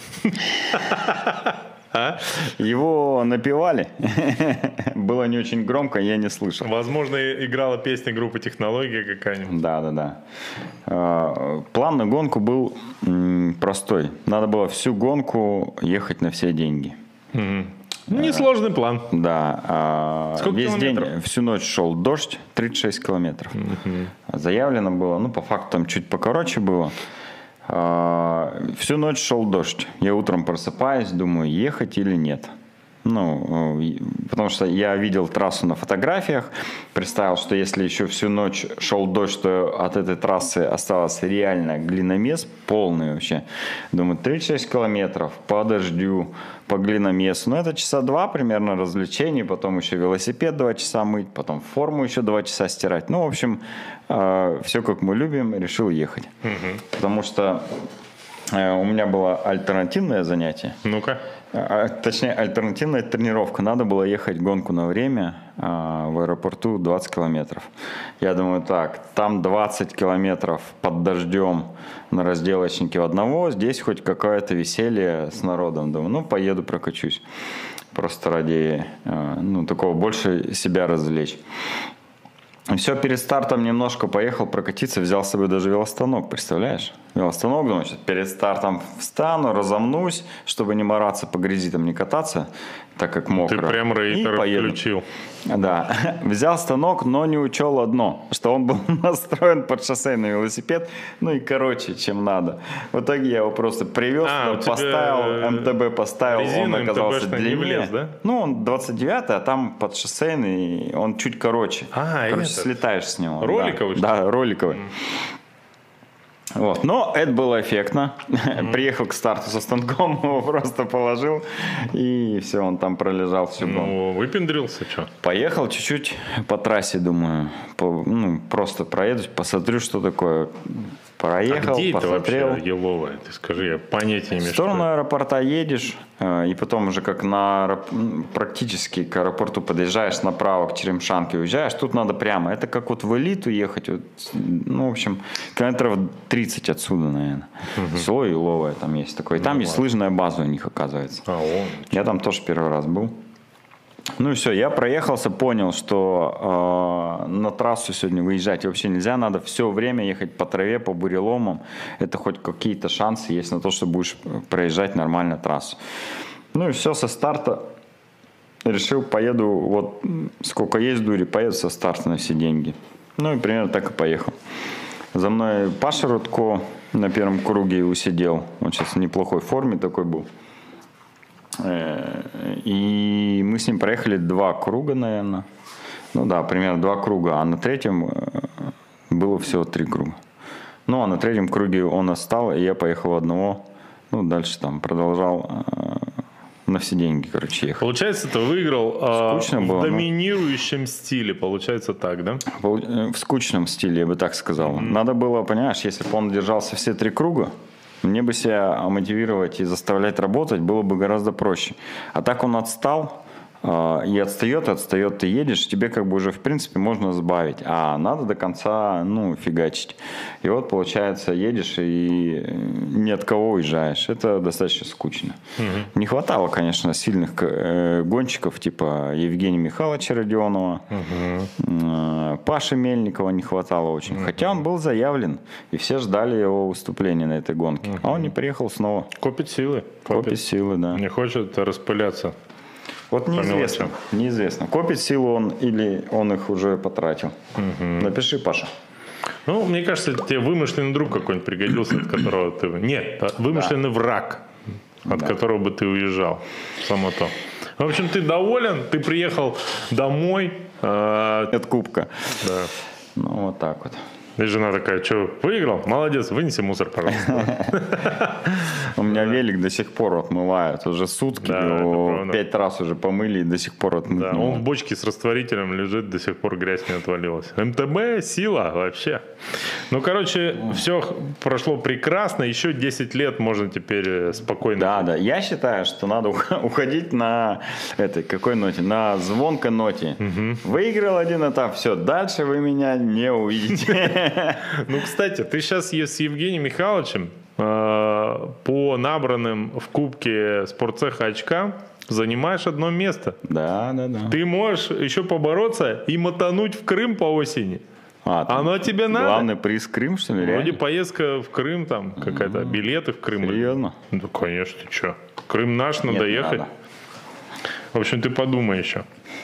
А? Его напевали. Было не очень громко, я не слышал. Возможно, играла песня группы «Технология» какая-нибудь. Да, да, да. План на гонку был простой. Надо было всю гонку ехать на все деньги. Угу. Несложный план. Да. Сколько Весь километров? день, всю ночь шел дождь, тридцать шесть километров. Угу. Заявлено было, ну, по факту там чуть покороче было. Всю ночь шел дождь. Я утром просыпаюсь, думаю, ехать или нет. Ну, потому что я видел трассу на фотографиях, представил, что если еще всю ночь шел дождь, то от этой трассы осталось реально глиномес полный вообще. Думаю, тридцать шесть километров по дождю, по глиномесу. Ну, это часа два примерно развлечений, потом еще велосипед два часа мыть, потом форму еще два часа стирать. Ну, в общем, э, все как мы любим, решил ехать. Угу. Потому что э, у меня было альтернативное занятие. Ну-ка. Точнее, альтернативная тренировка. Надо было ехать гонку на время а, в аэропорту двадцать километров. Я думаю, так, там двадцать километров под дождем на разделочнике у одного, здесь хоть какое-то веселье с народом. Думаю, ну, поеду прокачусь. Просто ради, а, ну, такого больше себя развлечь. Все, перед стартом немножко поехал прокатиться, взял с собой даже велостанок, представляешь? Велостанок, думаю, сейчас перед стартом встану, разомнусь, чтобы не мараться по грязи, там не кататься, так как мокро. Ты прям рейтер включил. Да, взял станок, но не учел одно, что он был настроен под шоссейный велосипед, ну и короче, чем надо. В итоге я его просто привез, а, поставил, эм тэ бэ поставил, он оказался длиннее. Влез, да? Ну, он двадцать девятый, а там под шоссейный, он чуть короче. А, короче, это? Слетаешь с него. Роликовый? Да, да, роликовый. Mm. Вот. Но это было эффектно. Mm-hmm. Приехал к старту со станком, его просто положил, и все, он там пролежал всю гонку. Ну, выпендрился, что? Поехал чуть-чуть по трассе, думаю, по, ну, просто проеду, посмотрю, что такое. Проехал, а где посмотрел. Это вообще еловое? Ты скажи, я понятия не имею. В сторону аэропорта едешь, и потом уже как на практически к аэропорту подъезжаешь направо к Черемшанке, уезжаешь, тут надо прямо. Это как вот в Элиту ехать, вот, ну, в общем, километров тридцать отсюда, наверное. Угу. Село Еловое там есть такое. И там ну, есть ладно. Лыжная база у них, оказывается. А, он. Я там тоже первый раз был. Ну и все, я проехался, понял, что э, на трассу сегодня выезжать вообще нельзя, надо все время ехать по траве, по буреломам, это хоть какие-то шансы есть на то, что будешь проезжать нормально трассу. Ну и все, со старта решил, поеду, вот сколько есть дури, поеду со старта на все деньги. Ну и примерно так и поехал. За мной Паша Рудко на первом круге усидел, он сейчас в неплохой форме такой был. И мы с ним проехали два круга, наверное. Ну да, примерно два круга. А на третьем было всего три круга. Ну, а на третьем круге он отстал, и я поехал одного. Ну, дальше там продолжал на все деньги, короче, ехать. Получается, ты выиграл Скучно в было, доминирующем но... стиле. Получается так, да? В скучном стиле, я бы так сказал. Mm-hmm. Надо было, понимаешь, если бы он держался все три круга, мне бы себя мотивировать и заставлять работать было бы гораздо проще. А так он отстал, э, и отстает, отстает, ты едешь, тебе как бы уже в принципе можно сбавить. А надо до конца, ну, фигачить. И вот, получается, едешь и ни от кого уезжаешь. Это достаточно скучно. Угу. Не хватало, конечно, сильных э, гонщиков, типа Евгения Михайловича Родионова, угу. э, Паши Мельникова не хватало очень. Угу. Хотя он был заявлен, и все ждали его выступления на этой гонке. Угу. А он не приехал снова. Копит силы. Копит, Копит силы, да. Не хочет распыляться. Вот неизвестно, неизвестно, копит силу он или он их уже потратил. Угу. Напиши, Паша. Ну, мне кажется, тебе вымышленный друг какой-нибудь пригодился, от которого ты... Нет, вымышленный да. враг, от да. которого бы ты уезжал. Само то. В общем, ты доволен, ты приехал домой. Э... От кубка. Да. Ну, вот так вот. И жена такая, что, выиграл? Молодец, вынеси мусор, пожалуйста. У меня велик до сих пор отмывают. Уже сутки, пять раз уже помыли и до сих пор отмывают. Да, он в бочке с растворителем лежит, до сих пор грязь не отвалилась. эм тэ бэ, сила вообще. Ну, короче, все прошло прекрасно. Еще десять лет можно теперь спокойно... Да, да. Я считаю, что надо уходить на этой, какой ноте? На звонкой ноте. Выиграл один этап, все, дальше вы меня не увидите. Ну, кстати, ты сейчас с Евгением Михайловичем э, по набранным в кубке спортцеха очкам занимаешь одно место. Да, да, да. Ты можешь еще побороться и мотануть в Крым по осени. А, Оно тебе надо? Главный приз Крым, что ли? Вроде реально? Поездка в Крым, там какая-то, билеты в Крым. Серьезно? Ну, конечно, ты что? Крым наш, надо Нет, ехать. Надо. В общем, ты подумай еще.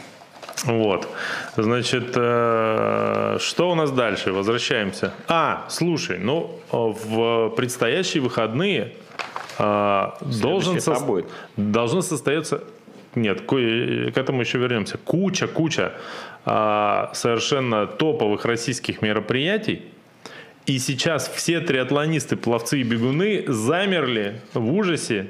Вот, значит, э, что у нас дальше? Возвращаемся. А, слушай, ну, в предстоящие выходные э, должен, со... должен состояться... Нет, к, к этому еще вернемся. Куча-куча э, совершенно топовых российских мероприятий. И сейчас все триатлонисты, пловцы и бегуны замерли в ужасе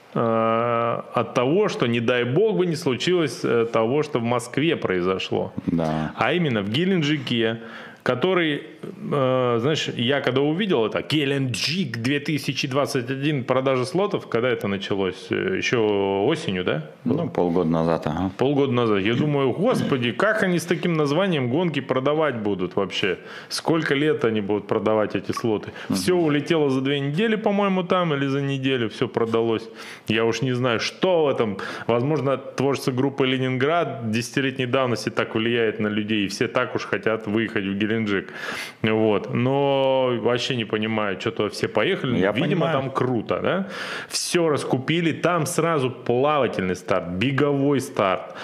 от того, что, не дай бог бы, не случилось того, что в Москве произошло. Да. А именно в Геленджике, который, э, знаешь, я когда увидел это, Геленджик две тысячи двадцать один, продажа слотов, когда это началось? Еще осенью, да? Ну, полгода назад, ага. Полгода назад. Я думаю, господи, как они с таким названием гонки продавать будут вообще? Сколько лет они будут продавать эти слоты? Mm-hmm. Все улетело за две недели, по-моему, там, или за неделю все продалось. Я уж не знаю, что в этом. Возможно, творчество группы «Ленинград» десятилетней давности так влияет на людей, и все так уж хотят выехать в Геленджик. Вот. Но вообще не понимаю, что-то все поехали. Я Видимо, понимаю. Там круто, да? Все раскупили. Там сразу плавательный старт, беговой старт,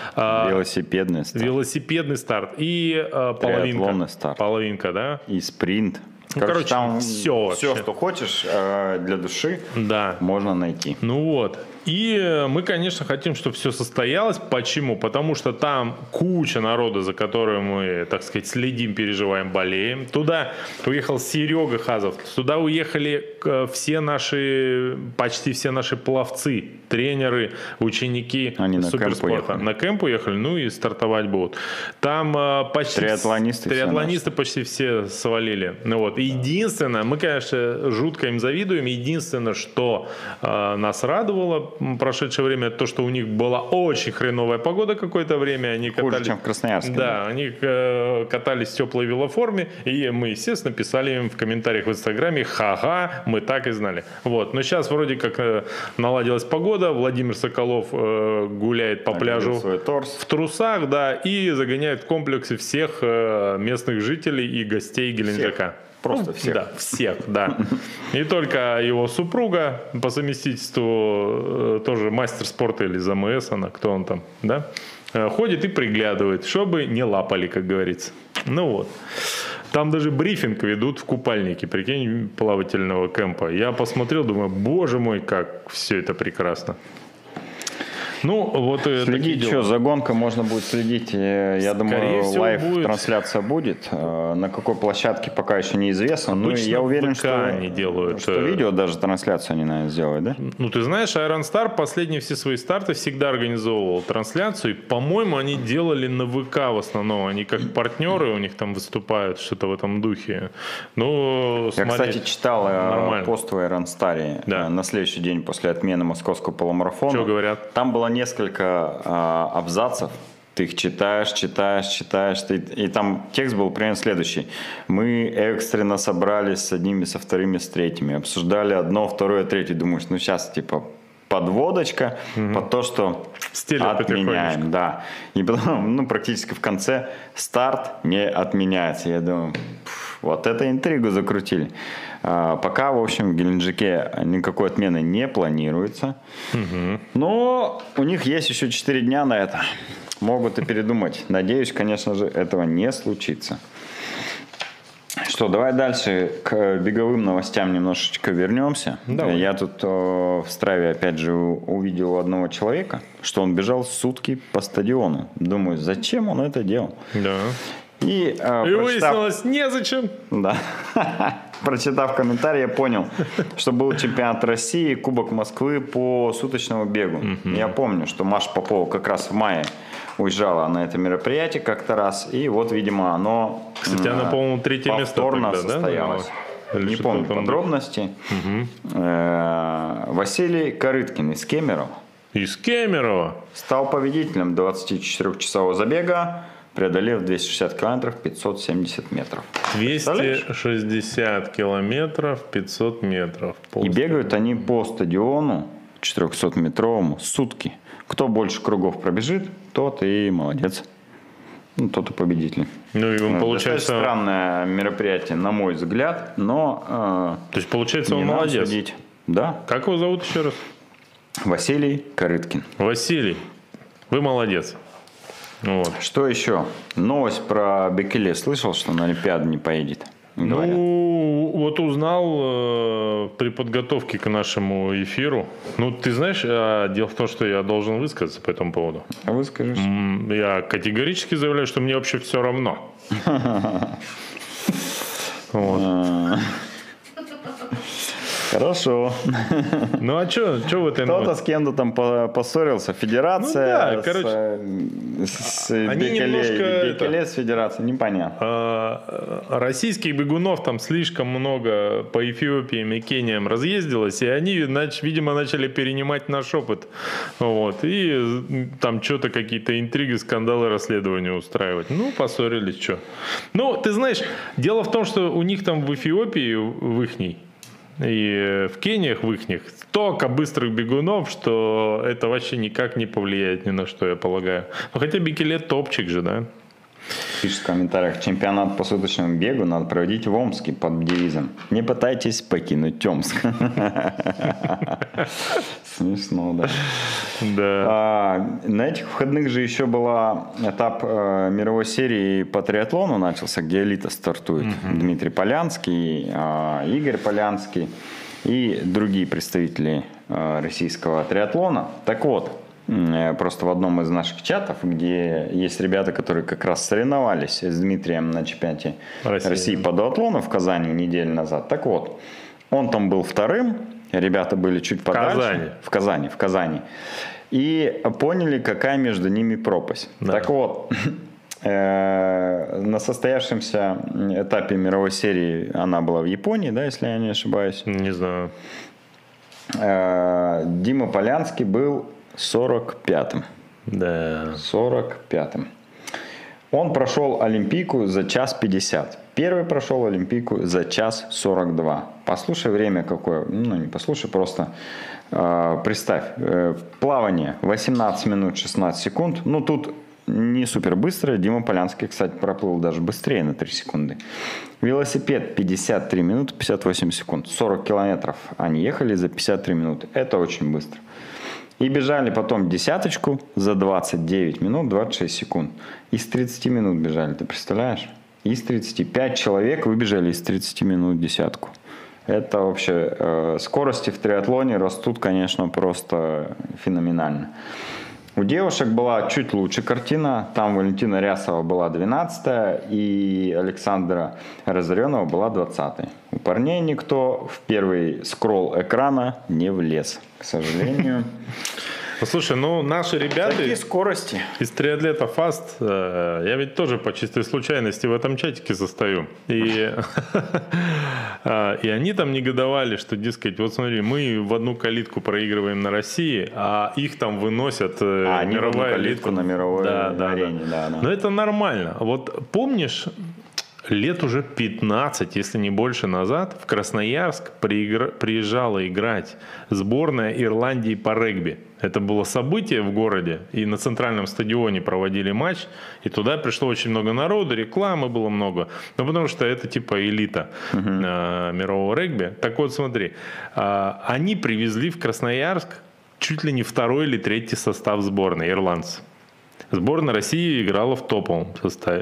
велосипедный старт, велосипедный старт и э, половинка. Старт. Половинка, да? И спринт. Ну, короче, короче, там все, все, что хочешь э, для души, да. можно найти. Ну вот. И мы, конечно, хотим, чтобы все состоялось. Почему? Потому что там куча народа, за которую мы, так сказать, следим, переживаем, болеем. Туда уехал Серега Хазов. Туда уехали все наши, почти все наши пловцы, тренеры, ученики Они суперспорта. На кемп уехали, ну и стартовать будут. Там почти... Триатлонисты. Триатлонисты почти все свалили. Ну вот. Да. Единственное, мы, конечно, жутко им завидуем. Единственное, что э, нас радовало в прошедшее время, это то, что у них была очень хреновая погода какое-то время. Они Хуже, катались, чем в Красноярске. Да, да. они э, катались в теплой велоформе, и мы, естественно, писали им в комментариях в Инстаграме: ха-ха, мы так и знали. Вот. Но сейчас вроде как э, наладилась погода, Владимир Соколов э, гуляет по пляжу свой торс. в трусах, да, и загоняет в комплексе всех э, местных жителей и гостей Геленджика. Всех. Просто всех. Да, всех, да. И только его супруга по совместительству, тоже мастер спорта или ЗМС, она, кто он там, да, ходит и приглядывает, чтобы не лапали, как говорится. Ну вот. Там даже брифинг ведут в купальнике, прикинь, плавательного кемпа. Я посмотрел, думаю, боже мой, как все это прекрасно. Ну, вот следить, что, за гонкой можно будет следить. Я Скорее думаю, лайв-трансляция будет. будет. На какой площадке пока еще неизвестно. Но я ВК уверен, что, они делают. что видео даже трансляцию они, наверное, сделают, да? Ну, ты знаешь, Iron Star последние все свои старты всегда организовывал трансляцию. И, по-моему, они делали на ВК в основном. Они как партнеры у них там выступают, что-то в этом духе. Ну, я, кстати, читал нормально. Пост в Iron Star да. на следующий день после отмены московского полумарафона. Что говорят? Там было несколько а, абзацев, ты их читаешь, читаешь, читаешь, ты, и там текст был примерно следующий. Мы экстренно собрались с одними, со вторыми, с третьими, обсуждали одно, второе, третье, думаешь, ну сейчас типа подводочка угу. под то, что Стелят отменяем, да. И потом, ну, практически в конце старт не отменяется. Я думаю, вот это интригу закрутили. А, пока, в общем, в Геленджике никакой отмены не планируется. Угу. Но у них есть еще четыре дня на это. Могут и передумать. Надеюсь, конечно же, этого не случится. Что, давай дальше к беговым новостям немножечко вернемся. Давай. Я тут о, в Страве, опять же, увидел у одного человека, что он бежал сутки по стадиону. Думаю, зачем он это делал? Да. И, э, и выяснилось, незачем. Да. Прочитав комментарий, я понял, что был чемпионат России, Кубок Москвы по суточному бегу. Mm-hmm. Я помню, что Маша Попова как раз в мае уезжала на это мероприятие как-то раз. И вот, видимо, оно Кстати, она, по-моему, третье место повторно тогда, состоялось. Да, не помню там подробности. Угу. Василий Корыткин из Кемерово. Из Кемерово. Стал победителем двадцатичетырёхчасового забега, преодолев двести шестьдесят километров, пятьсот семьдесят метров. двести шестьдесят километров, пятьсот метров. И бегают они по стадиону четырехсотметровому сутки. Кто больше кругов пробежит, тот и молодец. Ну, тот и победитель. Ну, и он, получается... странное мероприятие, на мой взгляд, но... Э, То есть, получается, он молодец. Судить. Да. Как его зовут еще раз? Василий Корыткин. Василий, вы молодец. Вот. Что еще? Новость про Бекеле. Слышал, что на Олимпиаду не поедет? Говорят. Ну, вот узнал э, при подготовке к нашему эфиру. Ну, ты знаешь, э, дело в том, что я должен высказаться по этому поводу. А выскажешь? М- я категорически заявляю, что мне вообще все равно. Хорошо. Ну а что в этой Кто-то новости? с кем-то там поссорился. Федерация Ну, да, короче, с, с они Бекеле, немножко Бекеле это- с Федерацией, непонятно. А, Российских бегунов там слишком много по Эфиопиям и Кениям разъездилось, и они, нач- видимо, начали перенимать наш опыт. Вот. И там что-то какие-то интриги, скандалы, расследования устраивать. Ну, поссорились, что. Ну, ты знаешь, дело в том, что у них там в Эфиопии, в ихней, и в Кениях в ихних столько быстрых бегунов, что это вообще никак не повлияет ни на что, я полагаю. Ну, хотя Бекеле топчик же, да? Пишет в комментариях: чемпионат по суточному бегу надо проводить в Омске под девизом: не пытайтесь покинуть Омск. Смешно, да. Да. На этих выходных же еще был этап мировой серии по триатлону начался, где элита стартует. Дмитрий Полянский, Игорь Полянский и другие представители российского триатлона. Так вот, просто в одном из наших чатов, где есть ребята, которые как раз соревновались с Дмитрием на чемпионате России, России по дуатлону в Казани неделю назад. Так вот, он там был вторым, ребята были чуть подальше. Казани. В Казани. В Казани. И поняли, какая между ними пропасть. Да. Так вот, на состоявшемся этапе мировой серии, она была в Японии, да, если я не ошибаюсь. Не знаю. Дима Полянский был сорок пятым. Да. сорок пятым. Он прошел Олимпийку за час пятьдесят. Первый прошел Олимпийку за час сорок два. Послушай время какое. Ну, не послушай, просто э, представь. Э, плавание восемнадцать минут шестнадцать секунд. Ну, тут не супер быстро. Дима Полянский, кстати, проплыл даже быстрее на три секунды. Велосипед пятьдесят три минуты пятьдесят восемь секунд. сорок километров они ехали за пятьдесят три минуты. Это очень быстро. И бежали потом десяточку за двадцать девять минут двадцать шесть секунд. Из тридцати минут бежали, ты представляешь? Из тридцати. пять человек выбежали из тридцати минут десятку. Это вообще... Э, скорости в триатлоне растут, конечно, просто феноменально. У девушек была чуть лучше картина. Там Валентина Рясова была двенадцатая и Александра Разоренова была двадцатая. У парней никто в первый скролл экрана не влез, к сожалению. Послушай, ну наши ребята... Такие скорости. Из триатлета Fast, э, я ведь тоже по чистой случайности в этом чатике состою. И, и они там негодовали, что, дескать, вот смотри, мы в одну калитку проигрываем на России, а их там выносят а, мировая элитка на мировой да, да, арене. Да. Да, да. Но это нормально. Вот помнишь... Лет уже пятнадцать, если не больше назад, в Красноярск приигра... приезжала играть сборная Ирландии по регби. Это было событие в городе, и на центральном стадионе проводили матч, и туда пришло очень много народу, рекламы было много, ну потому что это типа элита uh-huh. э, мирового регби. Так вот, смотри, э, они привезли в Красноярск чуть ли не второй или третий состав сборной, ирландцев. Сборная России играла в топовом составе.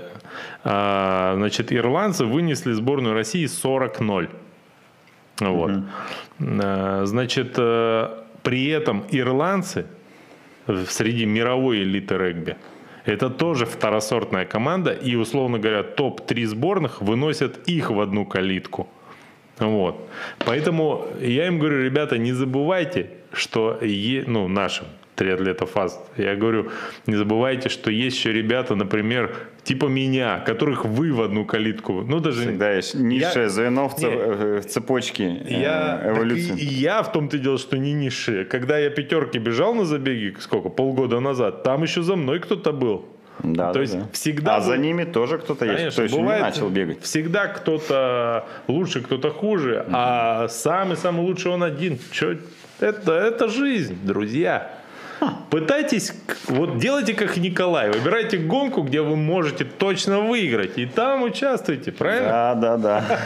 А, значит, ирландцы вынесли сборную России сорок ноль. Вот. Mm-hmm. А, значит, при этом ирландцы среди мировой элиты регби это тоже второсортная команда, и, условно говоря, топ три сборных выносят их в одну калитку. Вот. Поэтому я им говорю, ребята, не забывайте, что е... ну, нашим триатлетов Fast. Я говорю, не забывайте, что есть еще ребята, например, типа меня, которых вы в одну калитку. Ну, даже... Всегда есть низшее я... звено в, ц... в цепочке я... эволюции. И, и я в том-то и дело, что не низшее. Когда я пятерки бежал на забеге, сколько, полгода назад, там еще за мной кто-то был. Да, То да, есть да. всегда а был... за ними тоже кто-то Конечно, есть, кто еще бывает, не начал бегать. Всегда кто-то лучше, кто-то хуже, mm-hmm. а самый-самый лучший он один. Че? Это, это жизнь, друзья. Пытайтесь, вот делайте как Николай, выбирайте гонку, где вы можете точно выиграть, и там участвуйте, правильно? Да, да,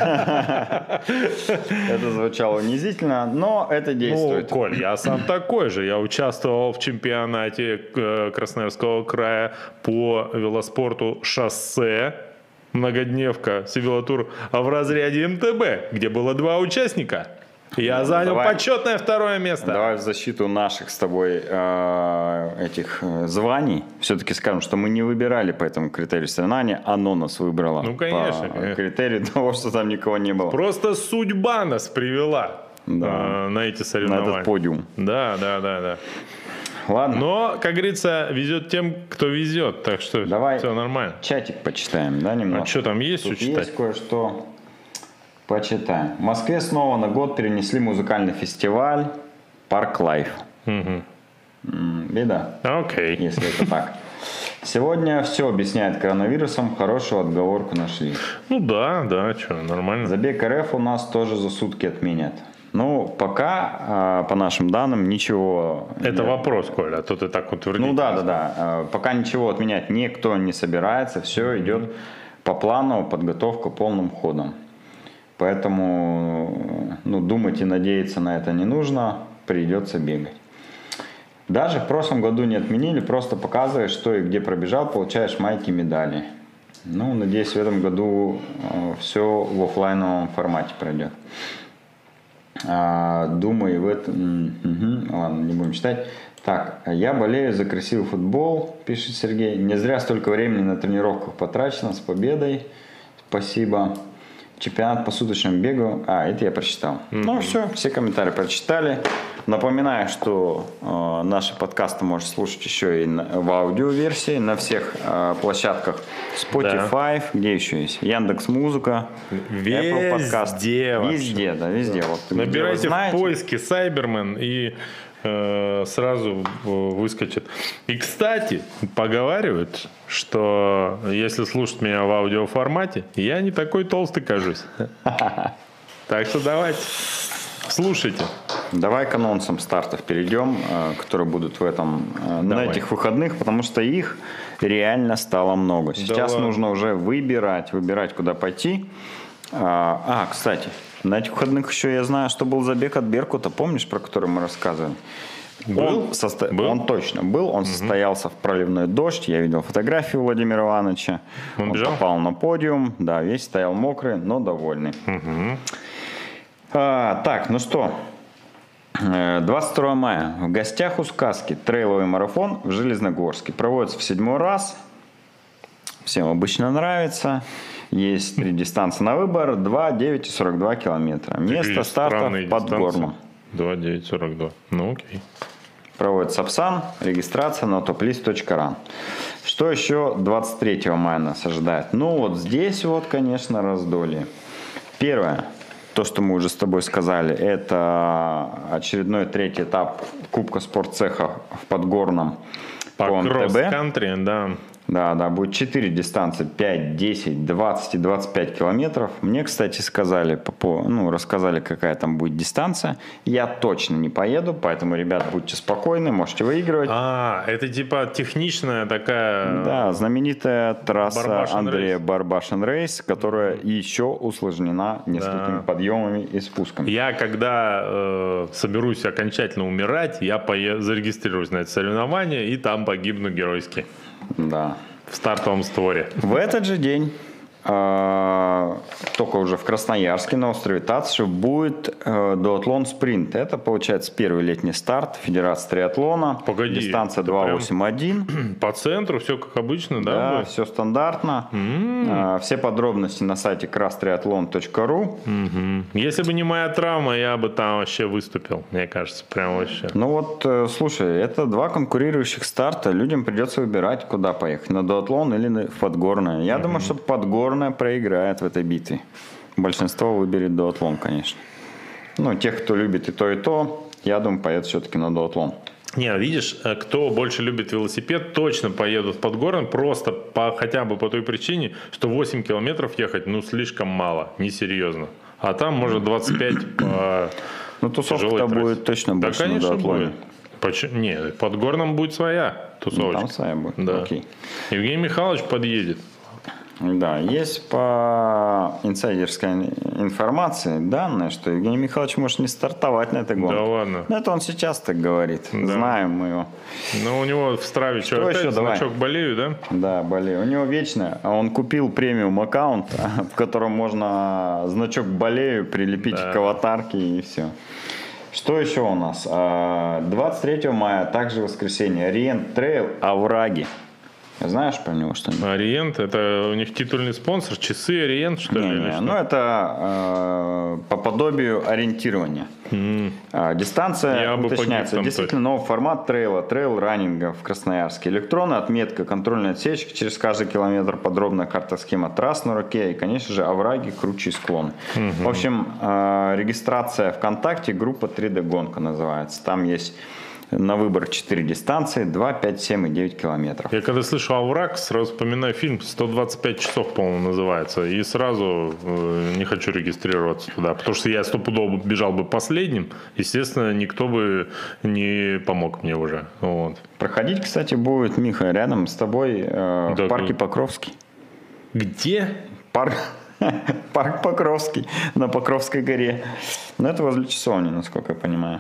да. Это звучало унизительно, но это действует. Ну, Коль, я сам такой же, я участвовал в чемпионате Красноярского края по велоспорту шоссе, многодневка, Севелотур, а в разряде эм тэ бэ, где было два участника. Я занял давай, почетное второе место. Давай в защиту наших с тобой э, этих э, званий все-таки скажем, что мы не выбирали по этому критерию соревнования, оно нас выбрало. Ну, конечно. По конечно. критерию того, что там никого не было. Просто судьба нас привела да. э, на эти соревнования. На этот подиум. Да, да, да, да. Ладно. Но, как говорится, везет тем, кто везет. Так что давай все нормально. Чатик почитаем, да, немного? А что там есть? Тут что читать? Есть кое-что. Почитаем. В Москве снова на год перенесли музыкальный фестиваль Парк Лайф. Угу. Беда. Окей. Okay. Если это так. Сегодня все объясняет коронавирусом, хорошую отговорку нашли. Ну да, да, что, нормально. Забег эр эф у нас тоже за сутки отменят. Ну, пока, по нашим данным, ничего... Это вопрос, Коля, а то ты так утвердительно. Ну да, да, да. Пока ничего отменять никто не собирается, все mm-hmm. идет по плану, подготовка полным ходом. Поэтому ну, думать и надеяться на это не нужно, придется бегать. Даже в прошлом году не отменили, просто показываешь, что и где пробежал, получаешь майки, медали. Ну, надеюсь, в этом году все в офлайновом формате пройдет. А, думаю, в этом... Угу, ладно, не будем читать. Так, я болею за красивый футбол, пишет Сергей. Не зря столько времени на тренировках потрачено. С победой. Спасибо. Чемпионат по суточному бегу. А, это я прочитал. Mm-hmm. Ну все, все комментарии прочитали. Напоминаю, что э, наши подкасты можно слушать еще и на, в аудиоверсии на всех э, площадках Spotify, да. Где еще есть? Яндекс.Музыка, Apple Podcast. Везде. Везде, да, везде. Вот, набирайте в поиске Cyberman и э, сразу выскочит. И, кстати, поговаривают, что если слушать меня в аудиоформате, я не такой толстый кажусь. Так что давайте, слушайте. Давай к анонсам стартов перейдем, которые будут в этом, на этих выходных, потому что их реально стало много. Сейчас да нужно уже выбирать, выбирать, куда пойти. А, кстати, на этих выходных еще я знаю, что был забег от Беркута, помнишь, про который мы рассказывали? Был? Он, состо... был? он точно был, он угу. состоялся в проливной дождь, я видел фотографии Владимира Ивановича, он, он попал на подиум, да, весь стоял мокрый, но довольный. Угу. А, так, ну что, двадцать второго мая в гостях у сказки трейловый марафон в Железногорске, проводится в седьмой раз, всем обычно нравится. Есть три дистанции на выбор, два, девять и сорок два километра. Место старта в Подгорном. два, девять, сорок два. Ну окей. Проводит Сапсан, регистрация на топлист точка ран. Что еще двадцать третьего мая нас ожидает? Ну вот здесь вот, конечно, раздолье. Первое, то, что мы уже с тобой сказали, это очередной третий этап Кубка спортцеха в Подгорном по, по кросс-кантри, да. Да, да, будет четыре дистанции, пять, десять, двадцать и двадцать пять километров. Мне, кстати, сказали, ну, рассказали, какая там будет дистанция. Я точно не поеду, поэтому, ребят, будьте спокойны, можете выигрывать. А, это типа техничная такая... Да, знаменитая трасса Барбашин Андрея рейс. Барбашин Рейс, которая mm-hmm. еще усложнена несколькими да. подъемами и спусками. Я, когда э, соберусь окончательно умирать, я пое... зарегистрируюсь на это соревнование и там погибну геройски. Да. В стартовом створе. В этот же день, э, только уже в Красноярске, на острове Татышев, будет э, дуатлон спринт. Это, получается, первый летний старт Федерации триатлона. Погоди. Дистанция два восемь один. По центру все как обычно, да? Да, будет? все стандартно. Mm-hmm. Э, все подробности на сайте крастриатлон точка ру. Mm-hmm. Если бы не моя травма, я бы там вообще выступил, мне кажется, прям вообще. Ну вот, э, слушай, это два конкурирующих старта. Людям придется выбирать, куда поехать, на дуатлон или в Подгорное. Я mm-hmm. думаю, что Подгорное проиграет в этой битве. Большинство выберет дуатлон, конечно. Ну, тех, кто любит и то, и то, я думаю, поедут все-таки на дуатлон. Не, видишь, кто больше любит велосипед, точно поедут в Подгорный, просто по, хотя бы по той причине, что восемь километров ехать, ну, слишком мало, несерьезно. А там, может, двадцать пять по ну, тусовка-то будет точно больше да, конечно, на дуатлоне. Будет. Почему? Нет, в Подгорном будет своя тусовочка. Ну, там своя будет, да. Окей. Евгений Михайлович подъедет. Да, есть по инсайдерской информации данные, что Евгений Михайлович может не стартовать на этой гонке. Да ладно. Но это он сейчас так говорит. Да. Знаем мы его. Ну, у него в Страве что, опять еще? Значок Давай. болею, да? Да, болею. У него вечно. Он купил премиум аккаунт, в котором можно значок болею прилепить да. к аватарке и все. Что еще у нас? двадцать третьего мая, также воскресенье, Ориент Трейл Овраги. Знаешь про него что-нибудь? Ориент, это у них титульный спонсор, часы Ориент, что не, ли? Не, что? Ну, это э, по подобию ориентирования. Mm. А, дистанция Я уточняется. Действительно новый формат трейла, трейл-раннинга в Красноярске. Электронная отметка, контрольная отсечка, через каждый километр подробная карта схема трасс на руке и, конечно же, овраги, круче и склоны. Mm-hmm. В общем, э, регистрация ВКонтакте, группа три дэ гонка называется. Там есть На выбор четыре дистанции, два, пять, семь и девять километров. Я когда слышу овраг, сразу вспоминаю фильм «сто двадцать пять часов», по-моему, называется. И сразу э, не хочу регистрироваться туда. Потому что я стопудово бежал бы последним. Естественно, никто бы не помог мне уже. Вот. Проходить, кстати, будет, Миха, рядом с тобой э, да, в парке Покровский. Где? Парк, парк Покровский на Покровской горе. Но это возле часовни, насколько я понимаю.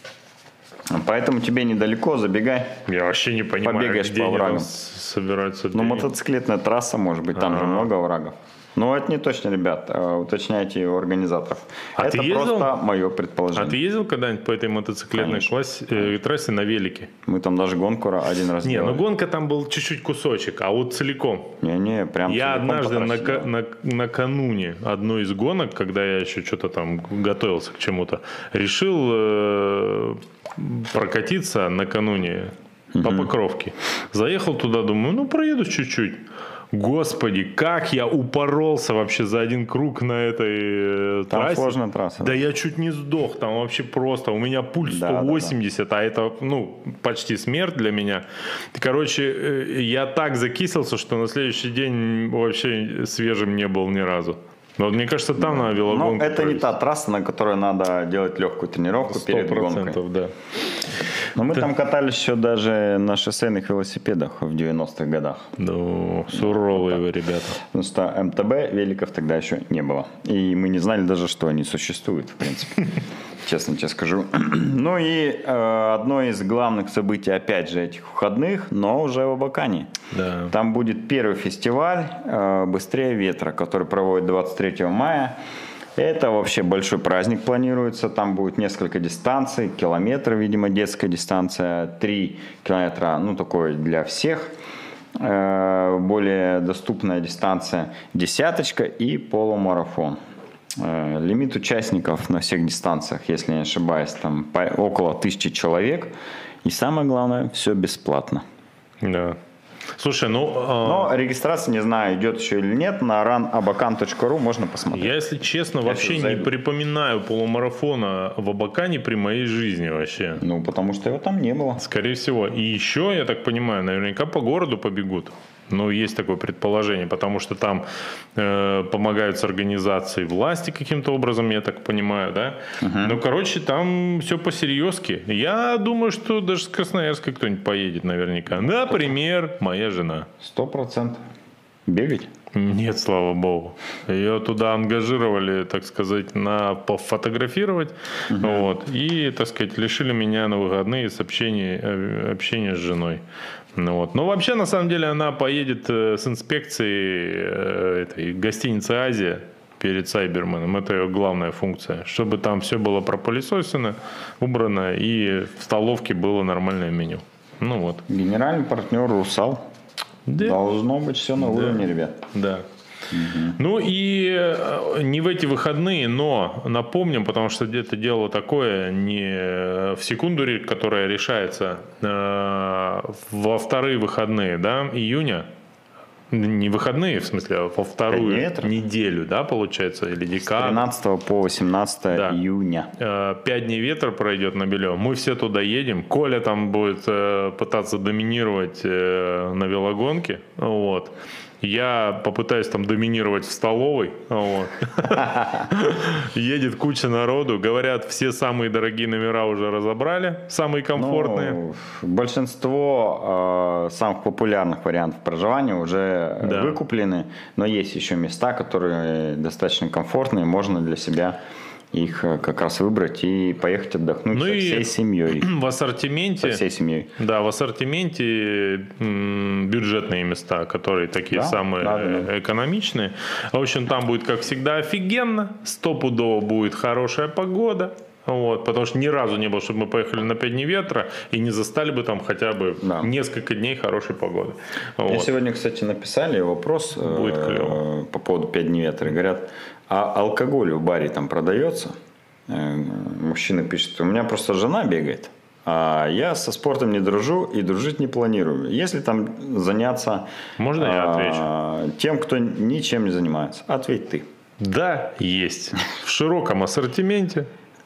Поэтому тебе недалеко, забегай. Я вообще не понимаю, побегаешь где по они оврагам. там собираются. Ну, мотоциклетная трасса, может быть, там А-а-а. же много оврагов. Но это не точно, ребят, уточняйте у организаторов. А это ты ездил? Просто мое предположение. А ты ездил когда-нибудь по этой мотоциклетной классе, э, трассе на велике? Мы там даже гонку один раз Не, делали. ну гонка там был чуть-чуть кусочек, а вот целиком. Не-не, прям Я однажды нака- на- накануне одной из гонок, когда я еще что-то там готовился к чему-то, решил э- прокатиться накануне по Покровке. Заехал туда, думаю, ну проеду чуть-чуть. Господи, как я упоролся вообще за один круг на этой э, там трассе. Там сложная трасса. Да я чуть не сдох, там вообще просто. У меня пульс сто восемьдесят, да, да, да. А это, ну, почти смерть для меня. Короче, э, я так закисился, что на следующий день вообще свежим не был ни разу. Но вот, мне кажется, там да. на велогонку. Но это провести. Не та трасса, на которой надо делать легкую тренировку перед гонкой. Да. Но мы да. там катались еще даже на шоссейных велосипедах в девяностых годах. Ну, суровые вы ребята. Потому что эм тэ бэ великов тогда еще не было. И мы не знали даже, что они существуют, в принципе. Честно тебе скажу. Ну и э, одно из главных событий, опять же, этих выходных, но уже в Абакане. Да. Там будет первый фестиваль э, «Быстрее ветра», который проводит двадцать третьего мая. Это вообще большой праздник планируется. Там будет несколько дистанций, километры, видимо, детская дистанция, три километра, ну, такой для всех. Э, более доступная дистанция десяточка и полумарафон. Лимит участников на всех дистанциях, если не ошибаюсь, там около тысячи человек. И самое главное, все бесплатно. Да. Слушай, ну... Э... Но регистрация, не знаю, идет еще или нет, на ран абакан точка ру можно посмотреть. Я, если честно, я вообще не припоминаю полумарафона в Абакане при моей жизни вообще. Ну, потому что его там не было. Скорее всего. И еще, я так понимаю, наверняка по городу побегут. Ну, есть такое предположение, потому что там э, помогают с организацией власти каким-то образом, я так понимаю, да? Uh-huh. Ну, короче, там все по-серьезки. Я думаю, что даже с Красноярска кто-нибудь поедет наверняка. Например, моя жена. Сто процентов. Бегать? Нет, слава богу. Ее туда ангажировали, так сказать, на пофотографировать. Uh-huh. Вот, и, так сказать, лишили меня на выходные с общения, общения с женой. Ну, вот. Но вообще, на самом деле, она поедет с инспекцией этой гостиницы «Азия» перед Сайберменом. Это ее главная функция. Чтобы там все было пропылесосено, убрано, и в столовке было нормальное меню. Ну вот. Генеральный партнер «Русал». Да. Должно быть все на уровне, да. ребят. Да. Угу. Ну и не в эти выходные, но напомним, потому что это дело такое не в секунду, которое решается во вторые выходные, да, июня. Не выходные, в смысле, а во вторую неделю, да, получается, или декабрь. С тринадцатого по восемнадцатое да. июня. Пять дней ветра пройдет на Белевом. Мы все туда едем. Коля там будет пытаться доминировать на велогонке. Вот. Я попытаюсь там доминировать в столовой. Вот. Едет куча народу. Говорят, все самые дорогие номера уже разобрали. Самые комфортные. Ну, большинство э, самых популярных вариантов проживания уже да. выкуплены. Но есть еще места, которые достаточно комфортные. Можно для себя их как раз выбрать и поехать отдохнуть ну со всей семьей. В ассортименте, со всей семьей. Да, в ассортименте м, бюджетные места, которые такие да, самые да, да. экономичные. В общем, там будет, как всегда, офигенно. Стопудово будет хорошая погода. Вот, потому что ни разу не было, чтобы мы поехали на пять дней ветра и не застали бы там хотя бы да. несколько дней хорошей погоды. Вот. Мне сегодня, кстати, написали вопрос будет э, по поводу пять дней ветра. Говорят, а алкоголь в баре там продается? Э, мужчина пишет, у меня просто жена бегает, а я со спортом не дружу и дружить не планирую. Если там заняться Можно я отвечу? Э, тем, кто ничем не занимается, ответь ты. Да, есть. В широком ассортименте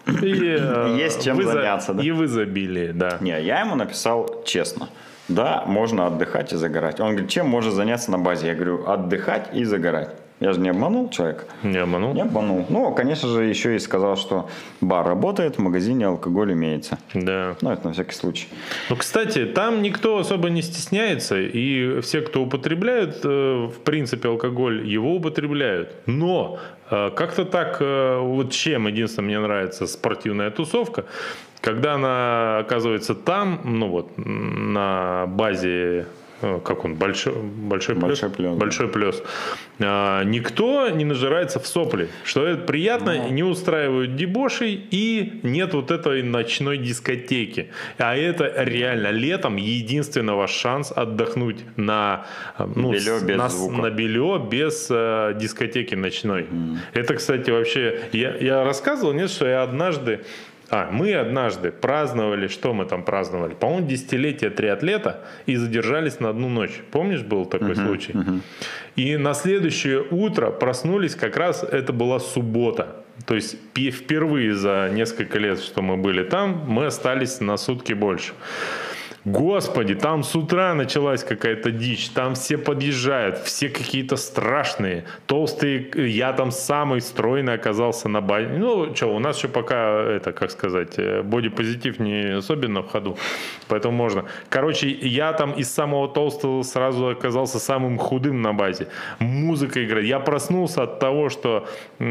И, есть чем в заняться, да? И в изобилии, да. Не, я ему написал честно. Да, можно отдыхать и загорать. Он говорит, чем можно заняться на базе? Я говорю, отдыхать и загорать. Я же не обманул человека. Не обманул? Не обманул. Ну, конечно же, еще и сказал, что бар работает, в магазине алкоголь имеется. Да. Ну, это на всякий случай. Ну, кстати, там никто особо не стесняется, и все, кто употребляют, в принципе, алкоголь, его употребляют. Но как-то так, вот чем единственное мне нравится спортивная тусовка, когда она оказывается там, ну вот, на базе, как он, большой, большой плюс, большой плюс, большой плюс. А, никто не нажирается в сопли, что это приятно, ну. Не устраивают дебошей и нет вот этой ночной дискотеки. А это реально летом единственный ваш шанс отдохнуть на, ну, белё без на, звука. на белё без э, дискотеки ночной. Mm. Это, кстати, вообще, я, я рассказывал, нет, что я однажды А, мы однажды праздновали, что мы там праздновали? По-моему, десятилетие триатлета и задержались на одну ночь. Помнишь, был такой uh-huh, случай? Uh-huh. И на следующее утро проснулись, как раз это была суббота. То есть впервые за несколько лет, что мы были там, мы остались на сутки больше. Господи, там с утра началась какая-то дичь, там все подъезжают, все какие-то страшные, толстые, я там самый стройный оказался на базе. Ну, что, у нас еще пока, это, как сказать, бодипозитив не особенно в ходу, поэтому можно. Короче, я там из самого толстого сразу оказался самым худым на базе. Музыка играет. Я проснулся от того, что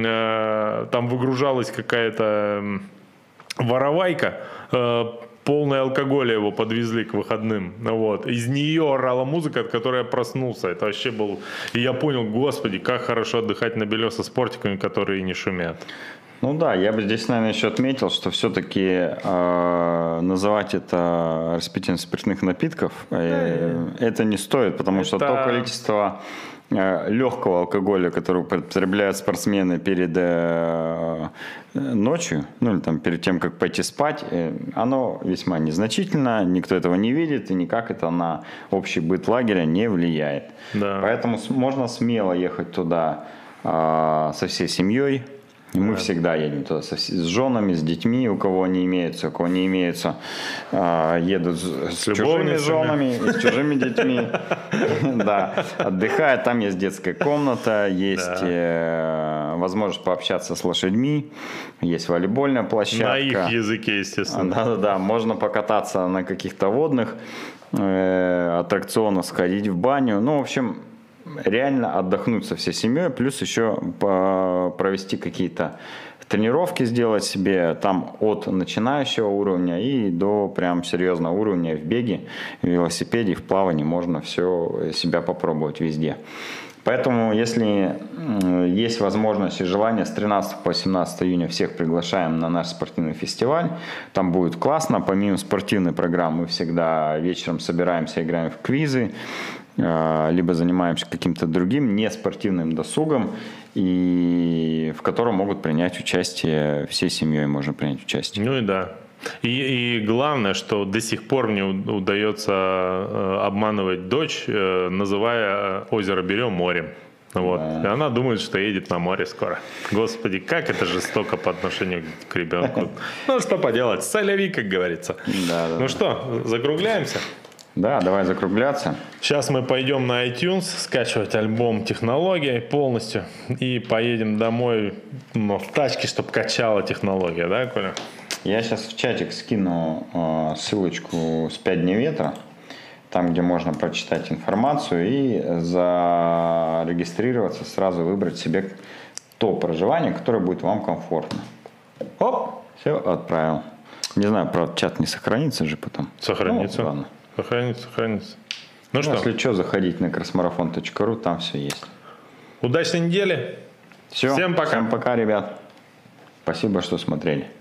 э, там выгружалась какая-то воровайка, э, полное алкоголя его подвезли к выходным. Вот. Из нее орала музыка, от которой я проснулся. Это вообще был... И я понял, господи, как хорошо отдыхать на белё со спортиками, которые не шумят. Ну да, я бы здесь, наверное, еще отметил, что все-таки э, называть это распитием спиртных напитков э, это не стоит, потому это... что то количество э, легкого алкоголя, который употребляют спортсмены перед э, ночью, ну или там перед тем, как пойти спать, э, оно весьма незначительно, никто этого не видит и никак это на общий быт лагеря не влияет. Да. Поэтому можно смело ехать туда э, со всей семьей. Мы да. всегда едем туда со, с женами, с детьми, у кого они имеются, у кого не имеются, э, едут с, с чужими женами и с чужими детьми, да, отдыхают. Там есть детская комната, есть возможность пообщаться с лошадьми, есть волейбольная площадка. На их языке, естественно. Да-да-да, можно покататься на каких-то водных аттракционах, сходить в баню. Ну, в общем... реально отдохнуть со всей семьей, плюс еще провести какие-то тренировки, сделать себе там от начинающего уровня и до прям серьезного уровня в беге, в велосипеде, в плавании можно все себя попробовать везде. Поэтому, если есть возможность и желание, с тринадцатого по семнадцатое июня всех приглашаем на наш спортивный фестиваль. Там будет классно. Помимо спортивной программы мы всегда вечером собираемся, играем в квизы, либо занимаемся каким-то другим неспортивным досугом, и в котором могут принять участие всей семьей, можно принять участие. Ну и да. И, и главное, что до сих пор мне удается обманывать дочь, называя озеро Берем морем. Вот. Да. И она думает, что едет на море скоро. Господи, как это жестоко по отношению к ребенку. Ну что поделать, соляви, как говорится. Да, да, ну да. что, закругляемся? Да, давай закругляться. Сейчас мы пойдем на iTunes скачивать альбом «Технология» полностью и поедем домой, ну, в тачке, чтобы качала технология, да, Коля? Я сейчас в чатик скину э, ссылочку с пять дней ветра, там, где можно прочитать информацию и зарегистрироваться, сразу выбрать себе то проживание, которое будет вам комфортно. Оп, все, отправил. Не знаю, правда, чат не сохранится же потом. Сохранится. Ну, ладно. Сохранится, сохранится. Ну, ну что? Если что, заходите на кросмарафон точка ру, там все есть. Удачной недели. Все. Всем пока. Всем пока, ребят. Спасибо, что смотрели.